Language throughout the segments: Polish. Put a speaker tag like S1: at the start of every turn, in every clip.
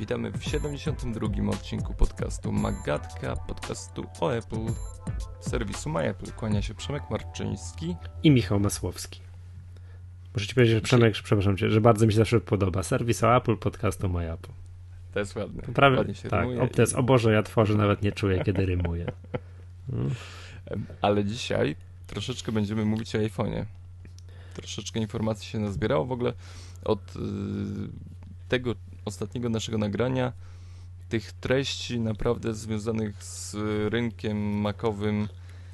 S1: Witamy w 72. odcinku podcastu Magatka, podcastu o Apple, serwisu MyApple. Kłania się Przemek Marczyński
S2: i Michał Masłowski. Muszę ci powiedzieć, że Przemek, przepraszam cię, że bardzo mi się zawsze podoba. Serwis o Apple, podcast o MyApple.
S1: To jest ładne.
S2: Ładnie się rymuje. To jest, o Boże, ja tworzę, nawet nie czuję, kiedy rymuję.
S1: Ale dzisiaj troszeczkę będziemy mówić o iPhone'ie. Troszeczkę informacji się nazbierało. W ogóle od tego ostatniego naszego nagrania tych treści naprawdę związanych z rynkiem macowym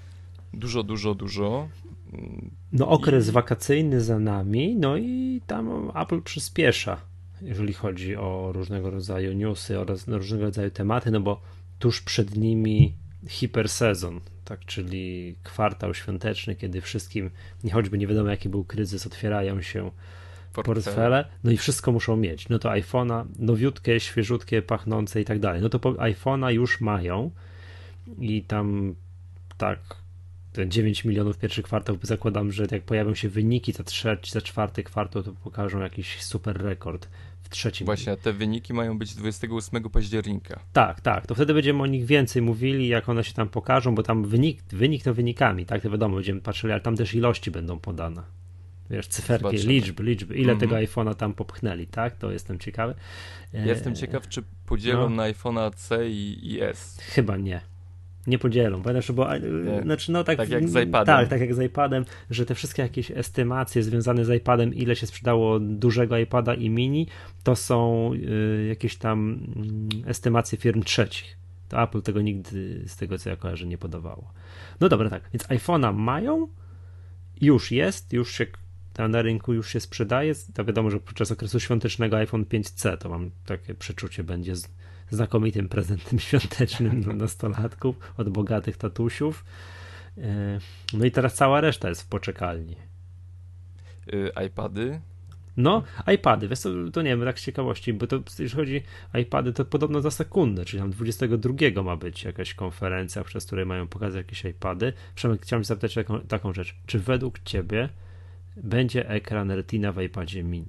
S1: dużo.
S2: No okres wakacyjny za nami, no i tam Apple przyspiesza, jeżeli chodzi o różnego rodzaju newsy oraz różnego rodzaju tematy, no bo tuż przed nimi hipersezon, tak, czyli kwartał świąteczny, kiedy wszystkim, choćby nie wiadomo jaki był kryzys, otwierają się portfele, no i wszystko muszą mieć. No to iPhone'a, nowiutkie, świeżutkie, pachnące i tak dalej. No to iPhone'a już mają i tam tak, te 9 milionów pierwszy kwartał, zakładam, że jak pojawią się wyniki za czwarty kwartał, to pokażą jakiś super rekord w trzecim.
S1: Właśnie, a te wyniki mają być 28 października.
S2: Tak, to wtedy będziemy o nich więcej mówili, jak one się tam pokażą, bo tam wynik to wynikami, tak, to wiadomo, będziemy patrzyli, ale tam też ilości będą podane. Wiesz, cyferki, liczby, ile tego iPhone'a tam popchnęli, tak? To jestem ciekawy.
S1: Jestem ciekaw, czy podzielą na iPhone'a C i S.
S2: Chyba nie. Nie podzielą, pamiętasz, bo znaczy, no tak
S1: jak z iPadem.
S2: Tak jak z iPadem, że te wszystkie jakieś estymacje związane z iPadem, ile się sprzedało dużego iPada i mini, to są jakieś tam estymacje firm trzecich. To Apple tego nigdy, z tego co ja kojarzę, nie podawało. No dobra, tak, więc iPhone'a mają, już się na rynku już się sprzedaje. To wiadomo, że podczas okresu świątecznego iPhone 5C, to mam takie przeczucie, będzie znakomitym prezentem świątecznym dla nastolatków od bogatych tatusiów. No i teraz cała reszta jest w poczekalni.
S1: iPady?
S2: No, iPady, wiesz co, to nie wiem, tak z ciekawości, bo to jeśli chodzi o iPady, to podobno za sekundę, czyli tam 22 ma być jakaś konferencja, przez której mają pokazać jakieś iPady. Przemek, chciałem zapytać taką rzecz, czy według ciebie będzie ekran Retina w iPadzie mini?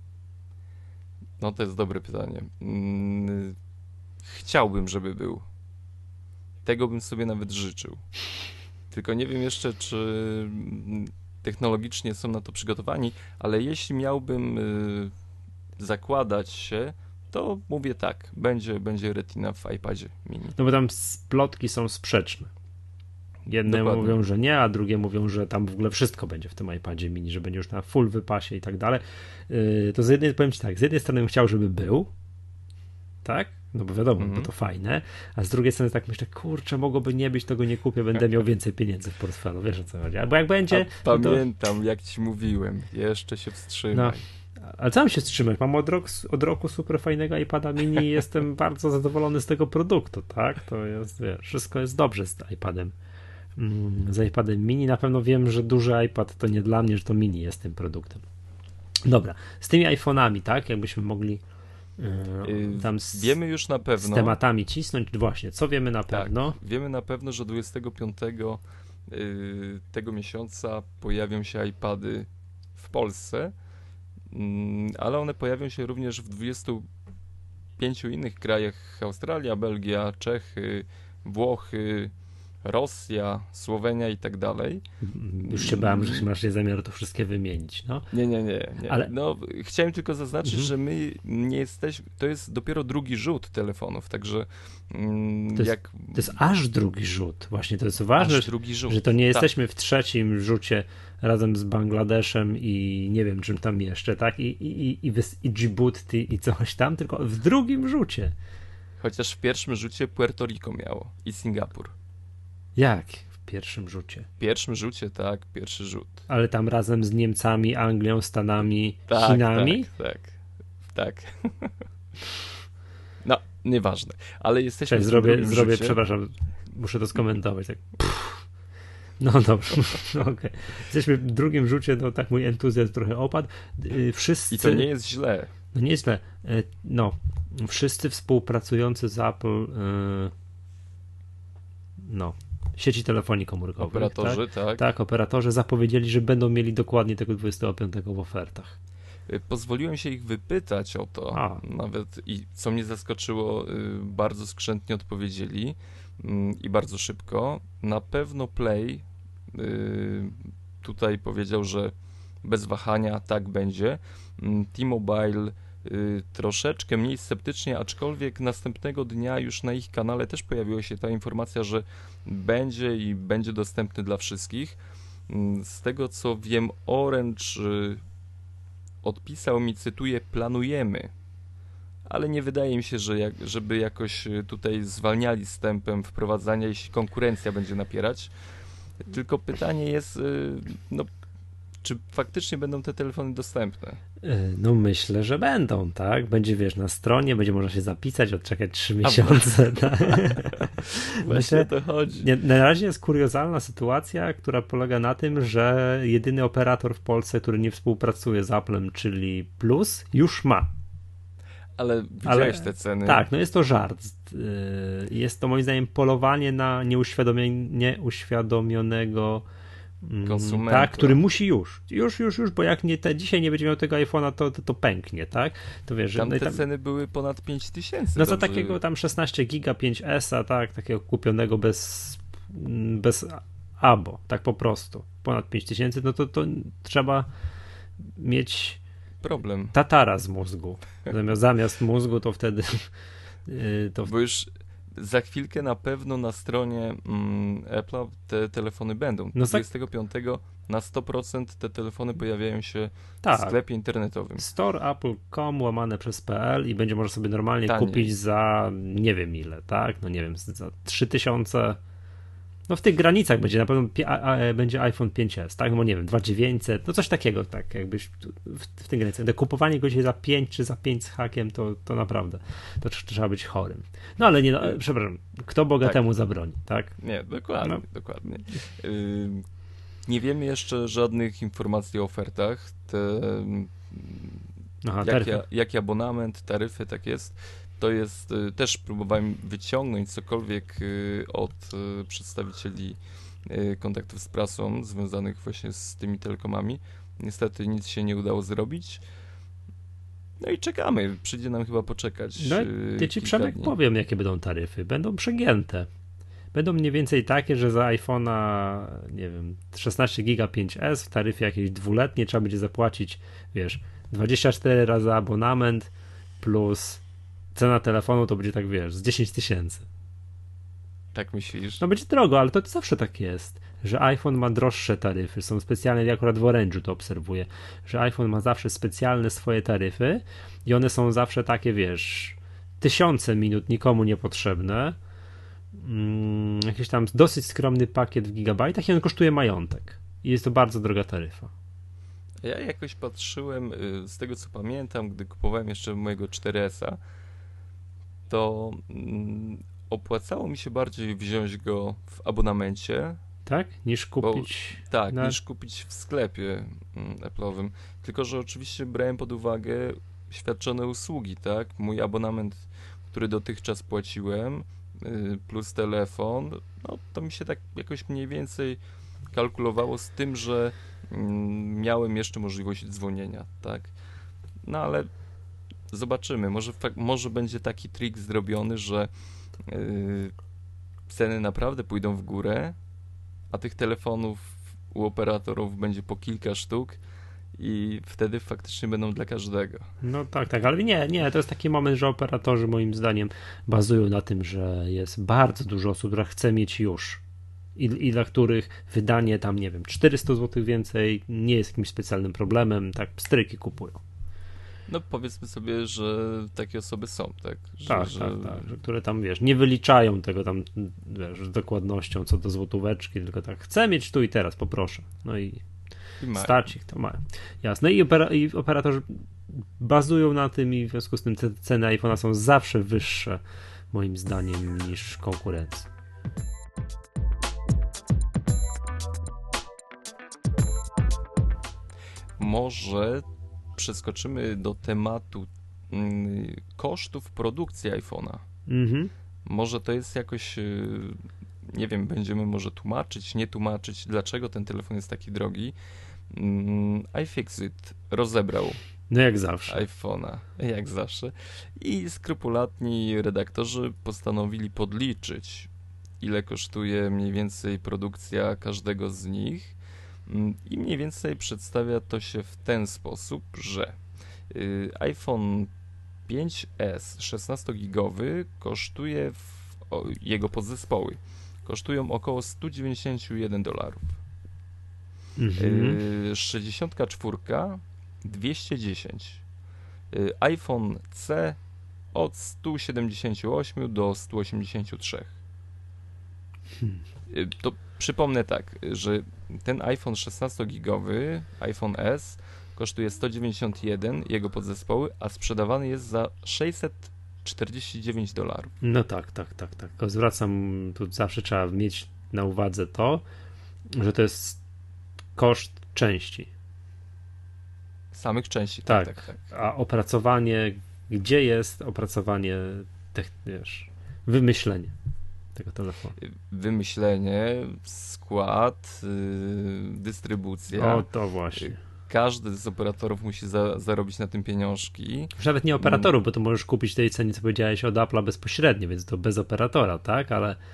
S1: No to jest dobre pytanie. Chciałbym, żeby był. Tego bym sobie nawet życzył. Tylko nie wiem jeszcze, czy technologicznie są na to przygotowani, ale jeśli miałbym zakładać się, to mówię tak, będzie Retina w iPadzie mini.
S2: No bo tam plotki są sprzeczne. Jedne
S1: Dokładnie.
S2: mówią, że nie, a drugie mówią, że tam w ogóle wszystko będzie w tym iPadzie mini, że będzie już na full wypasie i tak dalej. To powiem ci tak, z jednej strony bym chciał, żeby był, tak? No bo wiadomo, bo to fajne, a z drugiej strony tak myślę, kurczę, mogłoby nie być, tego nie kupię, będę miał więcej pieniędzy w portfelu, wiesz o co chodzi. Albo jak będzie...
S1: Pamiętam, jak ci mówiłem, jeszcze się wstrzymaj.
S2: No. Ale co mam się wstrzymać? Mam od roku super fajnego iPada mini i jestem bardzo zadowolony z tego produktu, tak? To jest, wiesz, wszystko jest dobrze z iPadem. Z iPadem mini na pewno wiem, że duży iPad to nie dla mnie, że to mini jest tym produktem. Dobra, z tymi iPhone'ami, tak? Jakbyśmy mogli tam
S1: wiemy już na pewno
S2: z tematami cisnąć. Właśnie, co wiemy na pewno?
S1: Wiemy na pewno, że 25 tego miesiąca pojawią się iPady w Polsce, ale one pojawią się również w 25 innych krajach: Australia, Belgia, Czechy, Włochy, Rosja, Słowenia i tak dalej.
S2: Już się bałem, że masz zamiar to wszystkie wymienić. No.
S1: Nie. Ale... No, chciałem tylko zaznaczyć, że my nie jesteśmy, to jest dopiero drugi rzut telefonów, także
S2: to jest aż drugi rzut. Właśnie to jest ważne, że to nie jesteśmy w trzecim rzucie razem z Bangladeszem i nie wiem czym tam jeszcze, tak? I Djibouti i coś tam, tylko w drugim rzucie.
S1: Chociaż w pierwszym rzucie Puerto Rico miało i Singapur.
S2: Jak? W pierwszym rzucie?
S1: W pierwszym rzucie, tak, pierwszy rzut.
S2: Ale tam razem z Niemcami, Anglią, Stanami, Chinami?
S1: Tak. No, nieważne. Ale jesteśmy w
S2: zrobię, przepraszam, muszę to skomentować. Tak. No dobrze, okej. Jesteśmy w drugim rzucie, no tak mój entuzjazm trochę opadł. Wszyscy...
S1: I to nie jest źle.
S2: No nie jest źle. No, wszyscy współpracujący z Apple sieci telefonii komórkowej.
S1: Operatorzy, tak?
S2: Tak, operatorzy zapowiedzieli, że będą mieli dokładnie tego 25 w ofertach.
S1: Pozwoliłem się ich wypytać o to, nawet i co mnie zaskoczyło, bardzo skrzętnie odpowiedzieli i bardzo szybko. Na pewno Play tutaj powiedział, że bez wahania tak będzie. T-Mobile troszeczkę mniej sceptycznie, aczkolwiek następnego dnia już na ich kanale też pojawiła się ta informacja, że będzie dostępny dla wszystkich. Z tego co wiem, Orange odpisał mi, cytuję, planujemy, ale nie wydaje mi się, żeby jakoś tutaj zwalniali z tempem wprowadzania, jeśli konkurencja będzie napierać. Tylko pytanie jest, no, czy faktycznie będą te telefony dostępne?
S2: No myślę, że będą, tak? Będzie, wiesz, na stronie, będzie można się zapisać, odczekać 3 miesiące. Tak?
S1: Właśnie o to chodzi.
S2: Na razie jest kuriozalna sytuacja, która polega na tym, że jedyny operator w Polsce, który nie współpracuje z Applem, czyli Plus, już ma.
S1: Ale widziałeś te ceny?
S2: Tak, no jest to żart. Jest to moim zdaniem polowanie na nieuświadomionego
S1: konsumenta.
S2: Tak, który musi już, bo jak dzisiaj nie będzie miał tego iPhone'a, to pęknie, tak? To wiesz,
S1: tam te ceny były ponad 5000.
S2: No za takiego tam 16 giga 5S, tak, takiego kupionego bez abo, tak po prostu, ponad 5000, no to trzeba mieć
S1: problem.
S2: Tatara z mózgu. Zamiast mózgu, to wtedy
S1: Bo już za chwilkę na pewno na stronie Apple'a te telefony będą.
S2: No
S1: 25 na 100% te telefony pojawiają się w sklepie internetowym.
S2: store.apple.com/pl i będzie można sobie normalnie kupić za nie wiem ile, tak? No nie wiem, za 3000. No w tych granicach będzie na pewno będzie iPhone 5S, tak? No nie wiem, 2900, no coś takiego, tak jakbyś w tym granicach. Kupowanie go dzisiaj za 5 czy za 5 z hakiem, to naprawdę, to trzeba być chorym. No ale nie, przepraszam, kto bogatemu zabroni, tak?
S1: Nie, dokładnie. Nie wiemy jeszcze żadnych informacji o ofertach. Jaki abonament, taryfy, tak jest. To jest, też próbowałem wyciągnąć cokolwiek od przedstawicieli kontaktów z prasą związanych właśnie z tymi telekomami. Niestety nic się nie udało zrobić. No i czekamy. Przyjdzie nam chyba poczekać.
S2: No ja ci, Przemek, powiem, jakie będą taryfy. Będą przegięte. Będą mniej więcej takie, że za iPhone'a, nie wiem, 16 giga 5S w taryfie jakiejś dwuletniej trzeba będzie zapłacić, wiesz, 24 razy abonament plus cena telefonu to będzie tak, wiesz, z 10 000.
S1: Tak myślisz?
S2: No będzie drogo, ale to zawsze tak jest, że iPhone ma droższe taryfy, są specjalne, ja akurat w Orange'u to obserwuję, że iPhone ma zawsze specjalne swoje taryfy i one są zawsze takie, wiesz, 1000 minut nikomu niepotrzebne, jakiś tam dosyć skromny pakiet w gigabajtach i on kosztuje majątek i jest to bardzo droga taryfa.
S1: Ja jakoś patrzyłem, z tego co pamiętam, gdy kupowałem jeszcze mojego 4S-a, to opłacało mi się bardziej wziąć go w abonamencie.
S2: Tak? Niż kupić...
S1: niż kupić w sklepie Apple'owym. Tylko że oczywiście brałem pod uwagę świadczone usługi, tak? Mój abonament, który dotychczas płaciłem, plus telefon, no to mi się tak jakoś mniej więcej kalkulowało z tym, że miałem jeszcze możliwość dzwonienia, tak? No ale zobaczymy, może będzie taki trik zrobiony, że ceny naprawdę pójdą w górę, a tych telefonów u operatorów będzie po kilka sztuk i wtedy faktycznie będą dla każdego.
S2: No tak, ale nie, to jest taki moment, że operatorzy moim zdaniem bazują na tym, że jest bardzo dużo osób, która chce mieć już i dla których wydanie tam, nie wiem, 400 zł więcej nie jest jakimś specjalnym problemem, tak stryki kupują.
S1: No powiedzmy sobie, że takie osoby są, tak?
S2: Tak, które tam, wiesz, nie wyliczają tego tam, wiesz, z dokładnością co do złotóweczki, tylko tak, chcę mieć tu i teraz, poproszę. No i stać ich, to mają. Jasne. I operatorzy bazują na tym i w związku z tym ceny iPhone'a są zawsze wyższe, moim zdaniem, niż konkurencji.
S1: Może przeskoczymy do tematu kosztów produkcji iPhone'a. Może to jest jakoś, nie wiem, będziemy może tłumaczyć, nie tłumaczyć, dlaczego ten telefon jest taki drogi. iFixit rozebrał
S2: No jak zawsze.
S1: iPhone'a, jak zawsze. I skrupulatni redaktorzy postanowili podliczyć, ile kosztuje mniej więcej produkcja każdego z nich. I mniej więcej przedstawia to się w ten sposób, że iPhone 5S 16-gigowy kosztuje, jego podzespoły kosztują około $191. 64 210. iPhone C od 178 do 183. To przypomnę tak, że ten iPhone 16-gigowy, iPhone S, kosztuje 191, jego podzespoły, a sprzedawany jest za $649.
S2: No tak. Tylko zwracam, tu zawsze trzeba mieć na uwadze to, że to jest koszt części.
S1: Samych części,
S2: tak. A opracowanie, gdzie jest opracowanie, wymyślenie tego telefonu?
S1: Wymyślenie, skład, dystrybucja.
S2: O, to właśnie.
S1: Każdy z operatorów musi zarobić na tym pieniążki.
S2: Już nawet nie operatorów, bo to możesz kupić tej cenie, co powiedziałeś, od Apple'a bezpośrednio, więc to bez operatora, tak?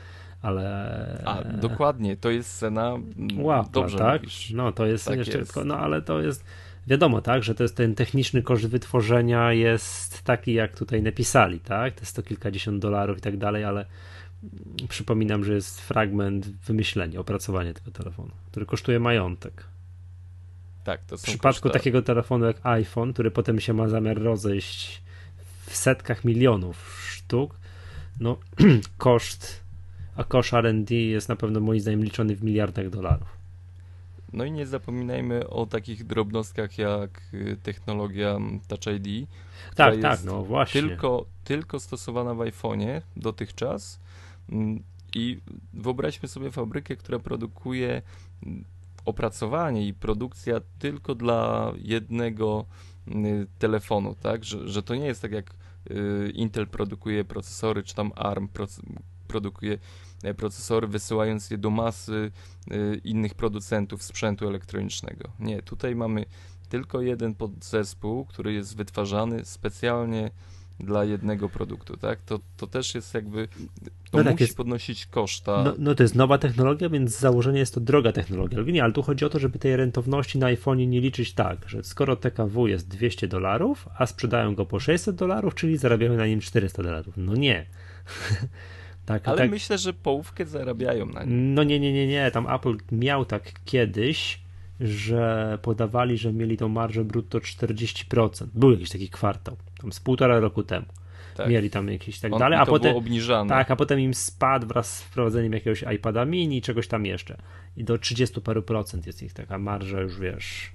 S2: Ale...
S1: dokładnie, to jest cena, dobrze
S2: tak?
S1: mówisz.
S2: No to jest
S1: tak
S2: jeszcze,
S1: jest.
S2: No ale to jest, wiadomo, tak, że to jest ten techniczny koszt wytworzenia jest taki, jak tutaj napisali, tak? To jest to kilkadziesiąt dolarów i tak dalej, ale przypominam, że jest fragment wymyślenia, opracowania tego telefonu, który kosztuje majątek.
S1: Tak, to są
S2: w przypadku
S1: koszta.
S2: takiego telefonu jak iPhone, który potem się ma zamiar rozejść w setkach milionów sztuk, no koszt R&D jest na pewno moim zdaniem liczony w miliardach dolarów.
S1: No i nie zapominajmy o takich drobnostkach jak technologia Touch ID, która jest
S2: no właśnie.
S1: tylko stosowana w iPhone'ie dotychczas i wyobraźmy sobie fabrykę, która produkuje opracowanie i produkcja tylko dla jednego telefonu, tak? Że to nie jest tak jak Intel produkuje procesory, czy tam ARM produkuje procesory, wysyłając je do masy innych producentów sprzętu elektronicznego. Nie, tutaj mamy tylko jeden podzespół, który jest wytwarzany specjalnie dla jednego produktu, tak? To też jest jakby, to musi
S2: jest,
S1: podnosić koszta.
S2: No to jest nowa technologia, więc z założenia jest to droga technologia. Nie, ale tu chodzi o to, żeby tej rentowności na iPhone'ie nie liczyć tak, że skoro TKW jest $200, a sprzedają go po $600, czyli zarabiają na nim $400. No nie.
S1: Tak, ale myślę, że połówkę zarabiają na nim.
S2: No nie. Tam Apple miał tak kiedyś, że podawali, że mieli tą marżę brutto 40%. Był jakiś taki kwartał, tam z 1,5 roku temu. Tak. Mieli tam jakieś tak dalej, a potem
S1: było obniżane.
S2: Tak, a potem im spadł wraz z wprowadzeniem jakiegoś iPada mini, czegoś tam jeszcze. I do 30 paru procent jest ich taka marża już, wiesz,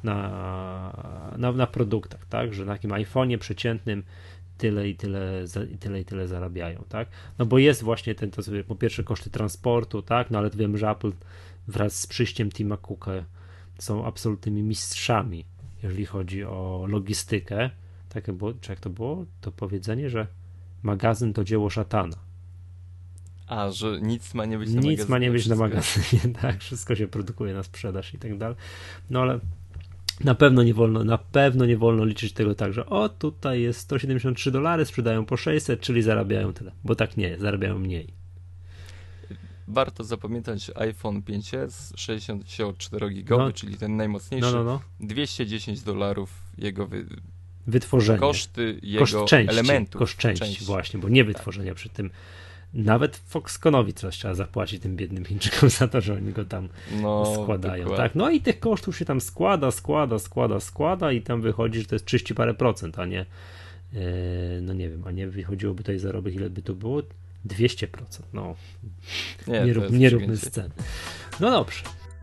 S2: na produktach, tak, że na takim iPhone'ie przeciętnym tyle i tyle zarabiają, tak? No bo jest właśnie to sobie po pierwsze koszty transportu, tak? No ale wiem, że Apple wraz z przyjściem Tima Cooka są absolutnymi mistrzami, jeżeli chodzi o logistykę. Takie było, czy jak to było? To powiedzenie, że magazyn to dzieło szatana.
S1: A, że nic ma nie być na magazynie.
S2: Nic ma nie być na magazynie, tak? Wszystko się produkuje na sprzedaż i tak dalej. No ale na pewno nie wolno liczyć tego tak, że tutaj jest $173, sprzedają po 600, czyli zarabiają tyle, bo tak nie jest, zarabiają mniej.
S1: Warto zapamiętać iPhone 5S 64-gigowy, czyli ten najmocniejszy, $210 jego
S2: wytworzenie.
S1: Koszty jego elementów.
S2: Koszt części właśnie, bo nie wytworzenia przy tym. Nawet Foxconnowi coś trzeba zapłacić tym biednym Chińczykom za to, że oni go tam składają. Tak? No i tych kosztów się tam składa i tam wychodzi, że to jest 30 parę procent, a nie no nie wiem, a nie wychodziłoby tutaj zarobek, ile by to było? 200%. No. Nie róbmy scen. No dobrze.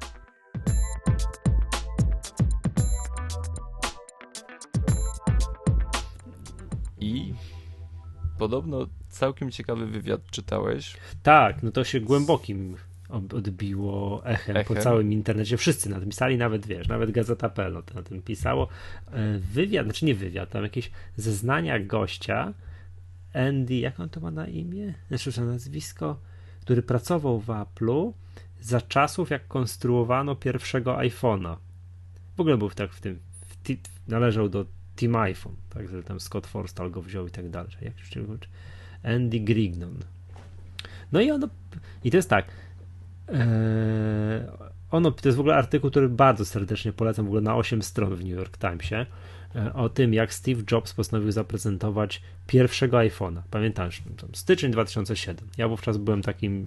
S1: I podobno całkiem ciekawy wywiad czytałeś.
S2: Tak, no to się głębokim odbiło echem po całym internecie. Wszyscy na tym pisali, nawet Gazeta.pl na tym pisało. Wywiad, znaczy nie wywiad, tam jakieś zeznania gościa, Andy, jak on to ma na imię? Znaczy nazwisko, który pracował w Apple'u za czasów, jak konstruowano pierwszego iPhone'a. W ogóle był tak należał do Team iPhone, tak, że tam Scott Forstall go wziął i tak dalej. Jak już nie Andy Grignon. No i to jest tak, to jest w ogóle artykuł, który bardzo serdecznie polecam, w ogóle na 8 stron w New York Timesie, o tym, jak Steve Jobs postanowił zaprezentować pierwszego iPhone'a. Pamiętasz, styczeń 2007. Ja wówczas byłem takim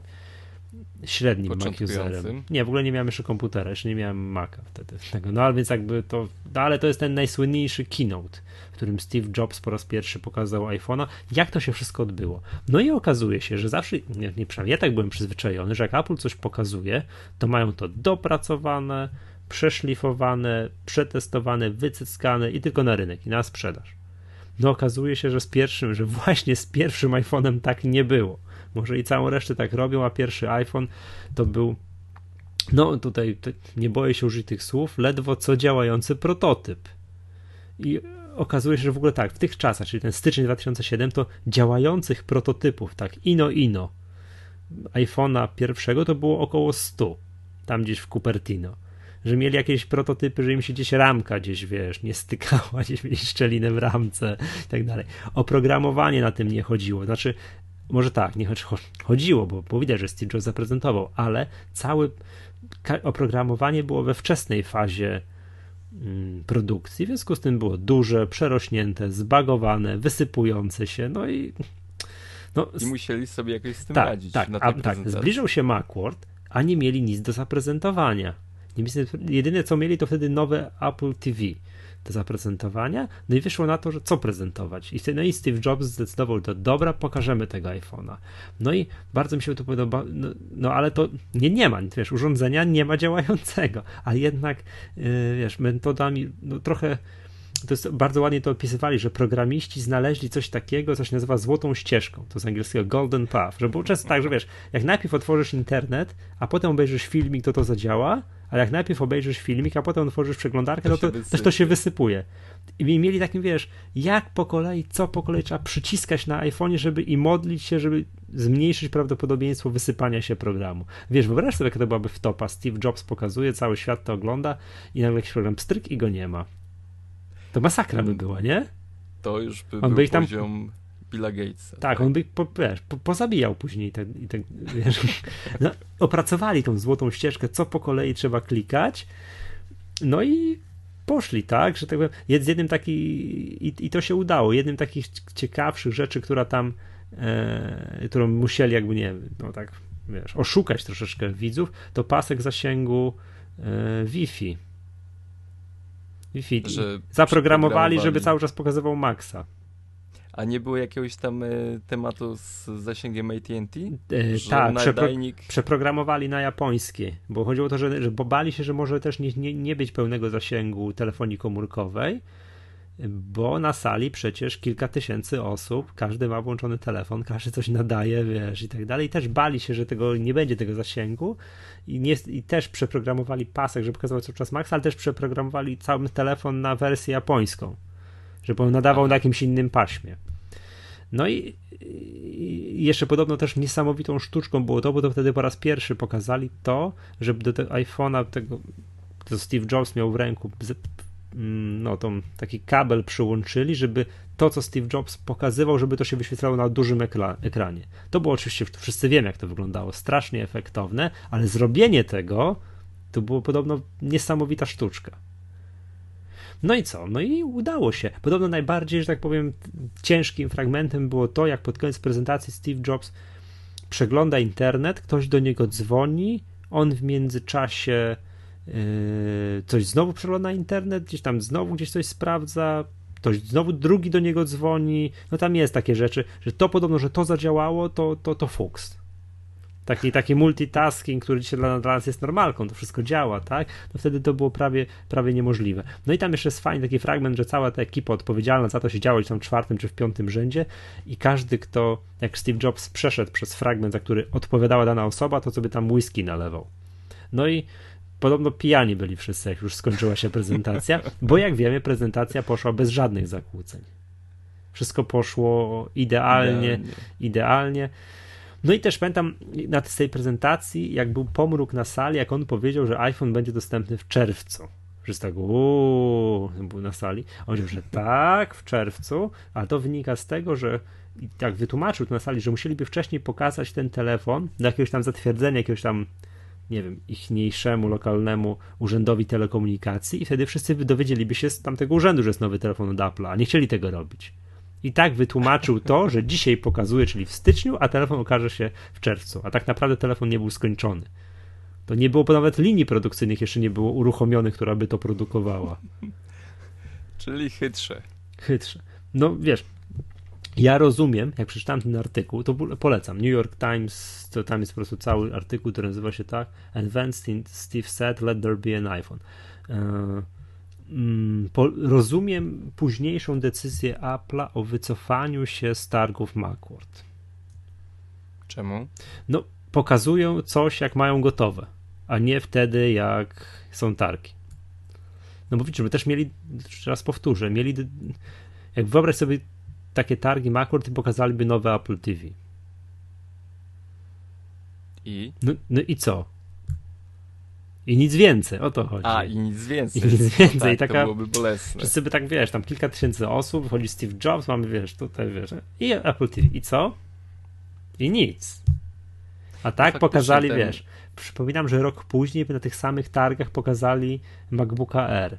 S2: średnim Mac userem. Nie, w ogóle nie miałem jeszcze komputera, jeszcze nie miałem Maca wtedy. No ale więc jakby to, ale to jest ten najsłynniejszy keynote, w którym Steve Jobs po raz pierwszy pokazał iPhone'a, jak to się wszystko odbyło. No i okazuje się, że zawsze, nie przynajmniej ja tak byłem przyzwyczajony, że jak Apple coś pokazuje, to mają to dopracowane, przeszlifowane, przetestowane, wycyckane i tylko na rynek i na sprzedaż. No okazuje się, że właśnie z pierwszym iPhone'em tak nie było. Może i całą resztę tak robią, a pierwszy iPhone to był, no tutaj nie boję się użyć tych słów, ledwo co działający prototyp. I okazuje się, że w ogóle tak, w tych czasach, czyli ten styczeń 2007, to działających prototypów, tak ino, iPhone'a pierwszego to było około 100, tam gdzieś w Cupertino. Że mieli jakieś prototypy, że im się gdzieś ramka nie stykała, gdzieś mieli szczelinę w ramce i tak dalej. Oprogramowanie na tym nie chodziło. Znaczy, może tak, nie chodziło, bo widać, że Steve Jobs zaprezentował, ale całe oprogramowanie było we wczesnej fazie produkcji, w związku z tym było duże, przerośnięte, zbagowane, wysypujące się, i
S1: musieli sobie jakoś z tym radzić.
S2: Tak, zbliżał się Macworld, a nie mieli nic do zaprezentowania. Jedyne co mieli to wtedy nowe Apple TV do zaprezentowania, no i wyszło na to, że co prezentować. I Steve Jobs zdecydował, że dobra, pokażemy tego iPhone'a. No i bardzo mi się to podoba, ale to nie ma, urządzenia nie ma działającego, a jednak, metodami, trochę, to jest bardzo ładnie to opisywali, że programiści znaleźli coś takiego, co się nazywa złotą ścieżką, to z angielskiego golden path, że było często tak, że jak najpierw otworzysz internet, a potem obejrzysz filmik, to zadziała, ale jak najpierw obejrzysz filmik, a potem otworzysz przeglądarkę, to się wysypuje. I mieli takim, jak po kolei, co po kolei trzeba przyciskać na iPhone'ie, żeby i modlić się, żeby zmniejszyć prawdopodobieństwo wysypania się programu. Wyobraź sobie, jaka to byłaby wtopa. Steve Jobs pokazuje, cały świat to ogląda i nagle jakiś program pstryk i go nie ma. To masakra by była, nie?
S1: To już by był poziom Billa Gatesa.
S2: Tak, on by ich pozabijał później. Opracowali tą złotą ścieżkę, co po kolei trzeba klikać, no i poszli, tak, że tak powiem, jest jednym i to się udało. Jednym takich ciekawszych rzeczy, która tam, którą musieli oszukać troszeczkę widzów, to pasek zasięgu Wi-Fi. Zaprogramowali, żeby cały czas pokazywał maksa.
S1: A nie było jakiegoś tam tematu z zasięgiem AT&T?
S2: Tak, przeprogramowali na japońskie, bo chodziło o to, że bali się, że może też nie być pełnego zasięgu telefonii komórkowej, bo na sali przecież kilka tysięcy osób, każdy ma włączony telefon, każdy coś nadaje, i tak dalej. I też bali się, że nie będzie tego zasięgu i też przeprogramowali pasek, żeby pokazywał cały czas max, ale też przeprogramowali cały telefon na wersję japońską, żeby on nadawał na jakimś innym paśmie. No i jeszcze podobno też niesamowitą sztuczką było to, bo to wtedy po raz pierwszy pokazali to, żeby do tego iPhone'a, to Steve Jobs miał w ręku, taki kabel przyłączyli, żeby to, co Steve Jobs pokazywał, żeby to się wyświetlało na dużym ekranie. To było oczywiście, wszyscy wiemy, jak to wyglądało, strasznie efektowne, ale zrobienie tego to było podobno niesamowita sztuczka. No i co? No i udało się. Podobno najbardziej, że tak powiem, ciężkim fragmentem było to, jak pod koniec prezentacji Steve Jobs przegląda internet, ktoś do niego dzwoni, on w międzyczasie coś znowu przegląda internet, gdzieś coś sprawdza, ktoś znowu drugi do niego dzwoni, tam jest takie rzeczy, że to podobno, że to zadziałało, to fuks. Taki multitasking, który dzisiaj dla nas jest normalką, to wszystko działa, tak? No wtedy to było prawie niemożliwe. No i tam jeszcze jest fajny taki fragment, że cała ta ekipa odpowiedzialna za to się działo w 4. czy w 5. rzędzie i każdy, kto, jak Steve Jobs przeszedł przez fragment, za który odpowiadała dana osoba, to sobie tam whisky nalewał. No i podobno pijani byli wszyscy, jak już skończyła się prezentacja, bo jak wiemy, prezentacja poszła bez żadnych zakłóceń. Wszystko poszło idealnie. No i też pamiętam na tej prezentacji, jak był pomruk na sali, jak on powiedział, że iPhone będzie dostępny w czerwcu. Wszyscy tak był na sali. On mówił, że tak, w czerwcu, ale to wynika z tego, że i tak wytłumaczył to na sali, że musieliby wcześniej pokazać ten telefon do jakiegoś tam zatwierdzenia, jakiegoś tam, nie wiem, ichniejszemu, lokalnemu urzędowi telekomunikacji i wtedy wszyscy dowiedzieliby się z tamtego urzędu, że jest nowy telefon od Apple'a, a nie chcieli tego robić. I tak wytłumaczył to, że dzisiaj pokazuje, czyli w styczniu, a telefon okaże się w czerwcu. A tak naprawdę telefon nie był skończony. To nie było nawet linii produkcyjnych, jeszcze nie było uruchomionych, która by to produkowała.
S1: Czyli chytrze.
S2: Chytrze. No wiesz, ja rozumiem, jak przeczytałem ten artykuł, to polecam. New York Times, to tam jest po prostu cały artykuł, który nazywa się tak Advanced Steve said, let there be an iPhone. Rozumiem późniejszą decyzję Apple'a o wycofaniu się z targów Macworld.
S1: Czemu?
S2: No, pokazują coś, jak mają gotowe, a nie wtedy, jak są targi. No bo widzisz, my też mieli, jeszcze raz powtórzę, jak wyobraź sobie takie targi Macworld i pokazaliby nowe Apple TV.
S1: I?
S2: No i co? I nic więcej, o to chodzi.
S1: I nic więcej.
S2: I nic więcej.
S1: No tak,
S2: I taka,
S1: to byłoby bolesne.
S2: Wszyscy by tak, wiesz, tam kilka tysięcy osób, wchodzi Steve Jobs, mamy, wiesz, tutaj, wiesz, i Apple TV. I co? I nic. A tak pokazali, wiesz, przypominam, że rok później na tych samych targach pokazali MacBooka Air.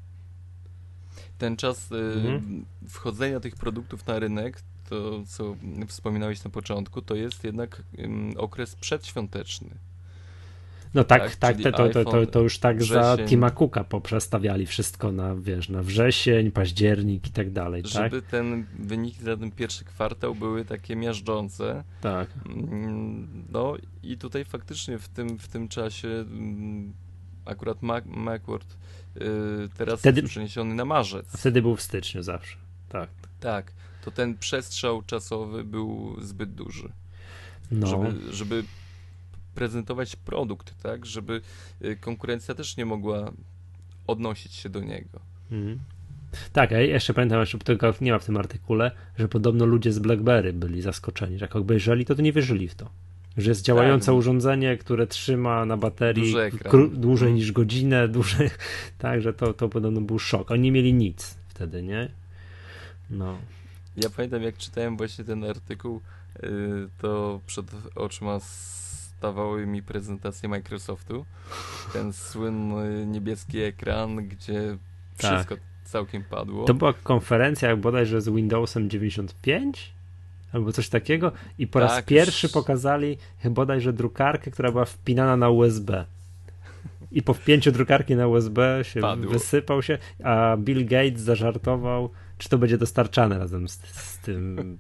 S1: Ten czas wchodzenia tych produktów na rynek, to co wspominałeś na początku, to jest jednak okres przedświąteczny.
S2: No tak, to już tak
S1: wrzesień,
S2: za Tima Cooka poprzestawiali wszystko na, wiesz, na wrzesień, październik i tak dalej,
S1: żeby ten wyniki za ten pierwszy kwartał były takie miażdżące.
S2: Tak.
S1: No i tutaj faktycznie w tym czasie akurat Macworld teraz wtedy jest przeniesiony na marzec.
S2: A wtedy był w styczniu zawsze. Tak.
S1: Tak, to ten przestrzał czasowy był zbyt duży.
S2: No.
S1: Żeby prezentować produkt, tak, żeby konkurencja też nie mogła odnosić się do niego.
S2: Tak, ja jeszcze pamiętam, jeszcze tego nie ma w tym artykule, że podobno ludzie z BlackBerry byli zaskoczeni, że jak obejrzeli, to nie wierzyli w to. Że jest działające urządzenie, które trzyma na baterii dłużej niż godzinę, dłużej, tak, że to podobno był szok. Oni nie mieli nic wtedy, nie? No.
S1: Ja pamiętam, jak czytałem właśnie ten artykuł, to przed oczyma stawały mi prezentacje Microsoftu. Ten słynny niebieski ekran, gdzie wszystko całkiem padło.
S2: To była konferencja bodajże z Windowsem 95? Albo coś takiego i po raz pierwszy pokazali bodajże drukarkę, która była wpinana na USB. I po wpięciu drukarki na USB się wysypał się, a Bill Gates zażartował, czy to będzie dostarczane razem z tym,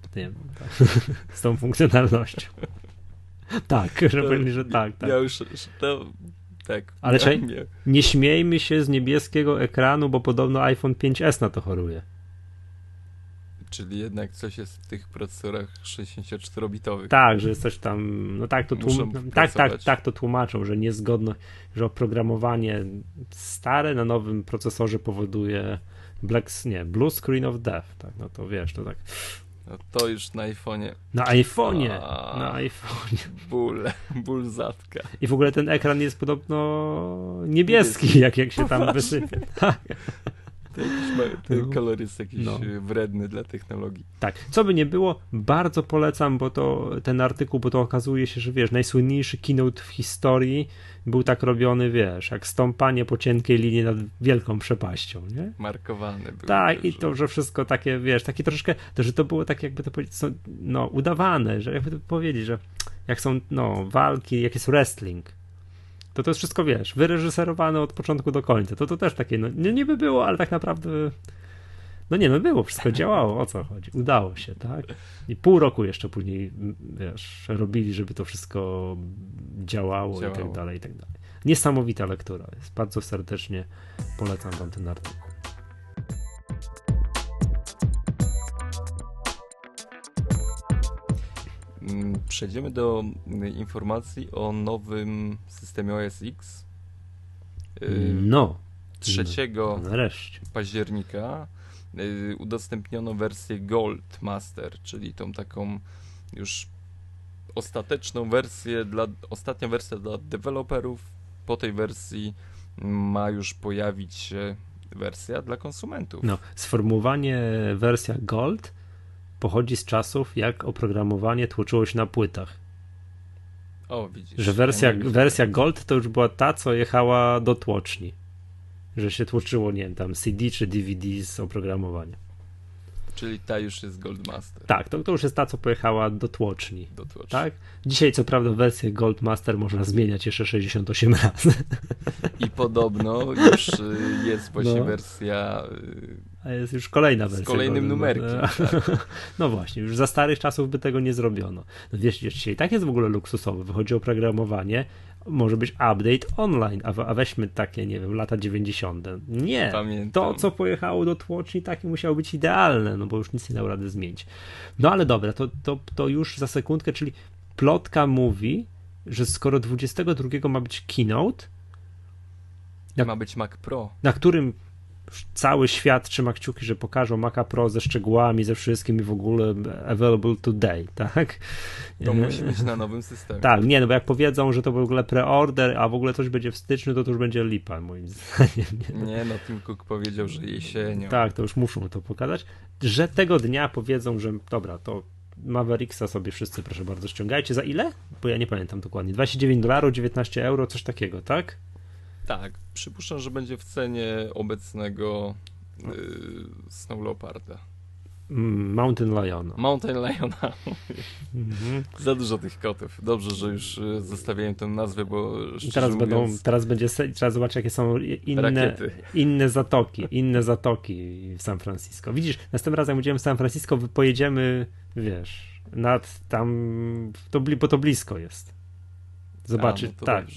S2: z tą funkcjonalnością. Tak, że powiedzieli, że tak.
S1: Ja już to... Tak.
S2: Ale nie śmiejmy się z niebieskiego ekranu, bo podobno iPhone 5S na to choruje.
S1: Czyli jednak coś jest w tych procesorach 64-bitowych.
S2: Tak, że jest coś tam, no tak to tak to tłumaczą, że niezgodność, że oprogramowanie stare na nowym procesorze powoduje blue screen of death, tak, no to wiesz, to tak.
S1: No to już na iPhone'ie.
S2: Na iPhone'ie.
S1: Ból zatka.
S2: I w ogóle ten ekran jest podobno niebieski, jak się tam wysypie. Tak.
S1: Ten kolor jest jakiś wredny dla technologii.
S2: Tak, co by nie było, bardzo polecam, bo ten artykuł, bo to okazuje się, że wiesz, najsłynniejszy keynote w historii był tak robiony, wiesz, jak stąpanie po cienkiej linii nad wielką przepaścią, nie?
S1: Markowany był.
S2: Tak, i to, że wszystko takie, wiesz, takie troszkę, że to było tak, jakby to powiedzieć, udawane, że jakby to powiedzieć, że jak są, walki, jak jest wrestling, to jest wszystko, wiesz, wyreżyserowane od początku do końca. To też takie, nie by było, ale tak naprawdę było, wszystko działało, o co chodzi. Udało się, tak? I pół roku jeszcze później, wiesz, robili, żeby to wszystko działało. I tak dalej, i tak dalej. Niesamowita lektura jest. Bardzo serdecznie polecam wam ten artykuł.
S1: Przejdziemy do informacji o nowym systemie OS X. 3 października udostępniono wersję Gold Master, czyli tą taką już ostatnią wersję dla deweloperów. Po tej wersji ma już pojawić się wersja dla konsumentów.
S2: No, sformułowanie wersja Gold pochodzi z czasów, jak oprogramowanie tłoczyło się na płytach.
S1: O, widzisz.
S2: Że wersja Gold to już była ta, co jechała do tłoczni. Że się tłoczyło, nie wiem, tam CD czy DVD z oprogramowania.
S1: Czyli ta już jest Goldmaster.
S2: Tak, to już jest ta, co pojechała do tłoczni. Tak? Dzisiaj co prawda wersję Goldmaster można zmieniać jeszcze 68 razy.
S1: I podobno już jest właśnie wersja...
S2: A jest już kolejna wersja.
S1: Z kolejnym numerkiem. Tak.
S2: No właśnie, już za starych czasów by tego nie zrobiono. No wiesz, dzisiaj tak jest w ogóle luksusowe. Wychodzi oprogramowanie, może być update online, a weźmy takie, nie wiem, lata 90. Nie,
S1: Pamiętam.
S2: To co pojechało do tłoczni, takie musiało być idealne, no bo już nic nie dało rady zmienić. No ale dobra, to już za sekundkę, czyli plotka mówi, że skoro 22 ma być keynote,
S1: ma być Mac Pro,
S2: na którym cały świat trzyma kciuki, że pokażą Maca Pro ze szczegółami, ze wszystkim i w ogóle available today, tak?
S1: To musi być na nowym systemie.
S2: Tak, nie, no bo jak powiedzą, że to w ogóle preorder, a w ogóle coś będzie w styczniu, to już będzie lipa, moim zdaniem.
S1: Nie, no Tim Cook powiedział, że jesienią.
S2: Tak, to już muszą to pokazać, że tego dnia powiedzą, że dobra, to Mavericksa sobie wszyscy, proszę bardzo, ściągajcie. Za ile? Bo ja nie pamiętam dokładnie. $29, 19 euro, coś takiego, tak?
S1: Tak, przypuszczam, że będzie w cenie obecnego Snow Leoparda.
S2: Mountain Liona.
S1: Mountain Liona. Za dużo tych kotów. Dobrze, że już zostawiałem tę nazwę, bo
S2: teraz trzeba zobaczyć, jakie są inne zatoki w San Francisco. Widzisz, następnym razem, jak będziemy w San Francisco, pojedziemy, wiesz, nad tam, bo to blisko jest. Zobaczyć,
S1: no
S2: tak.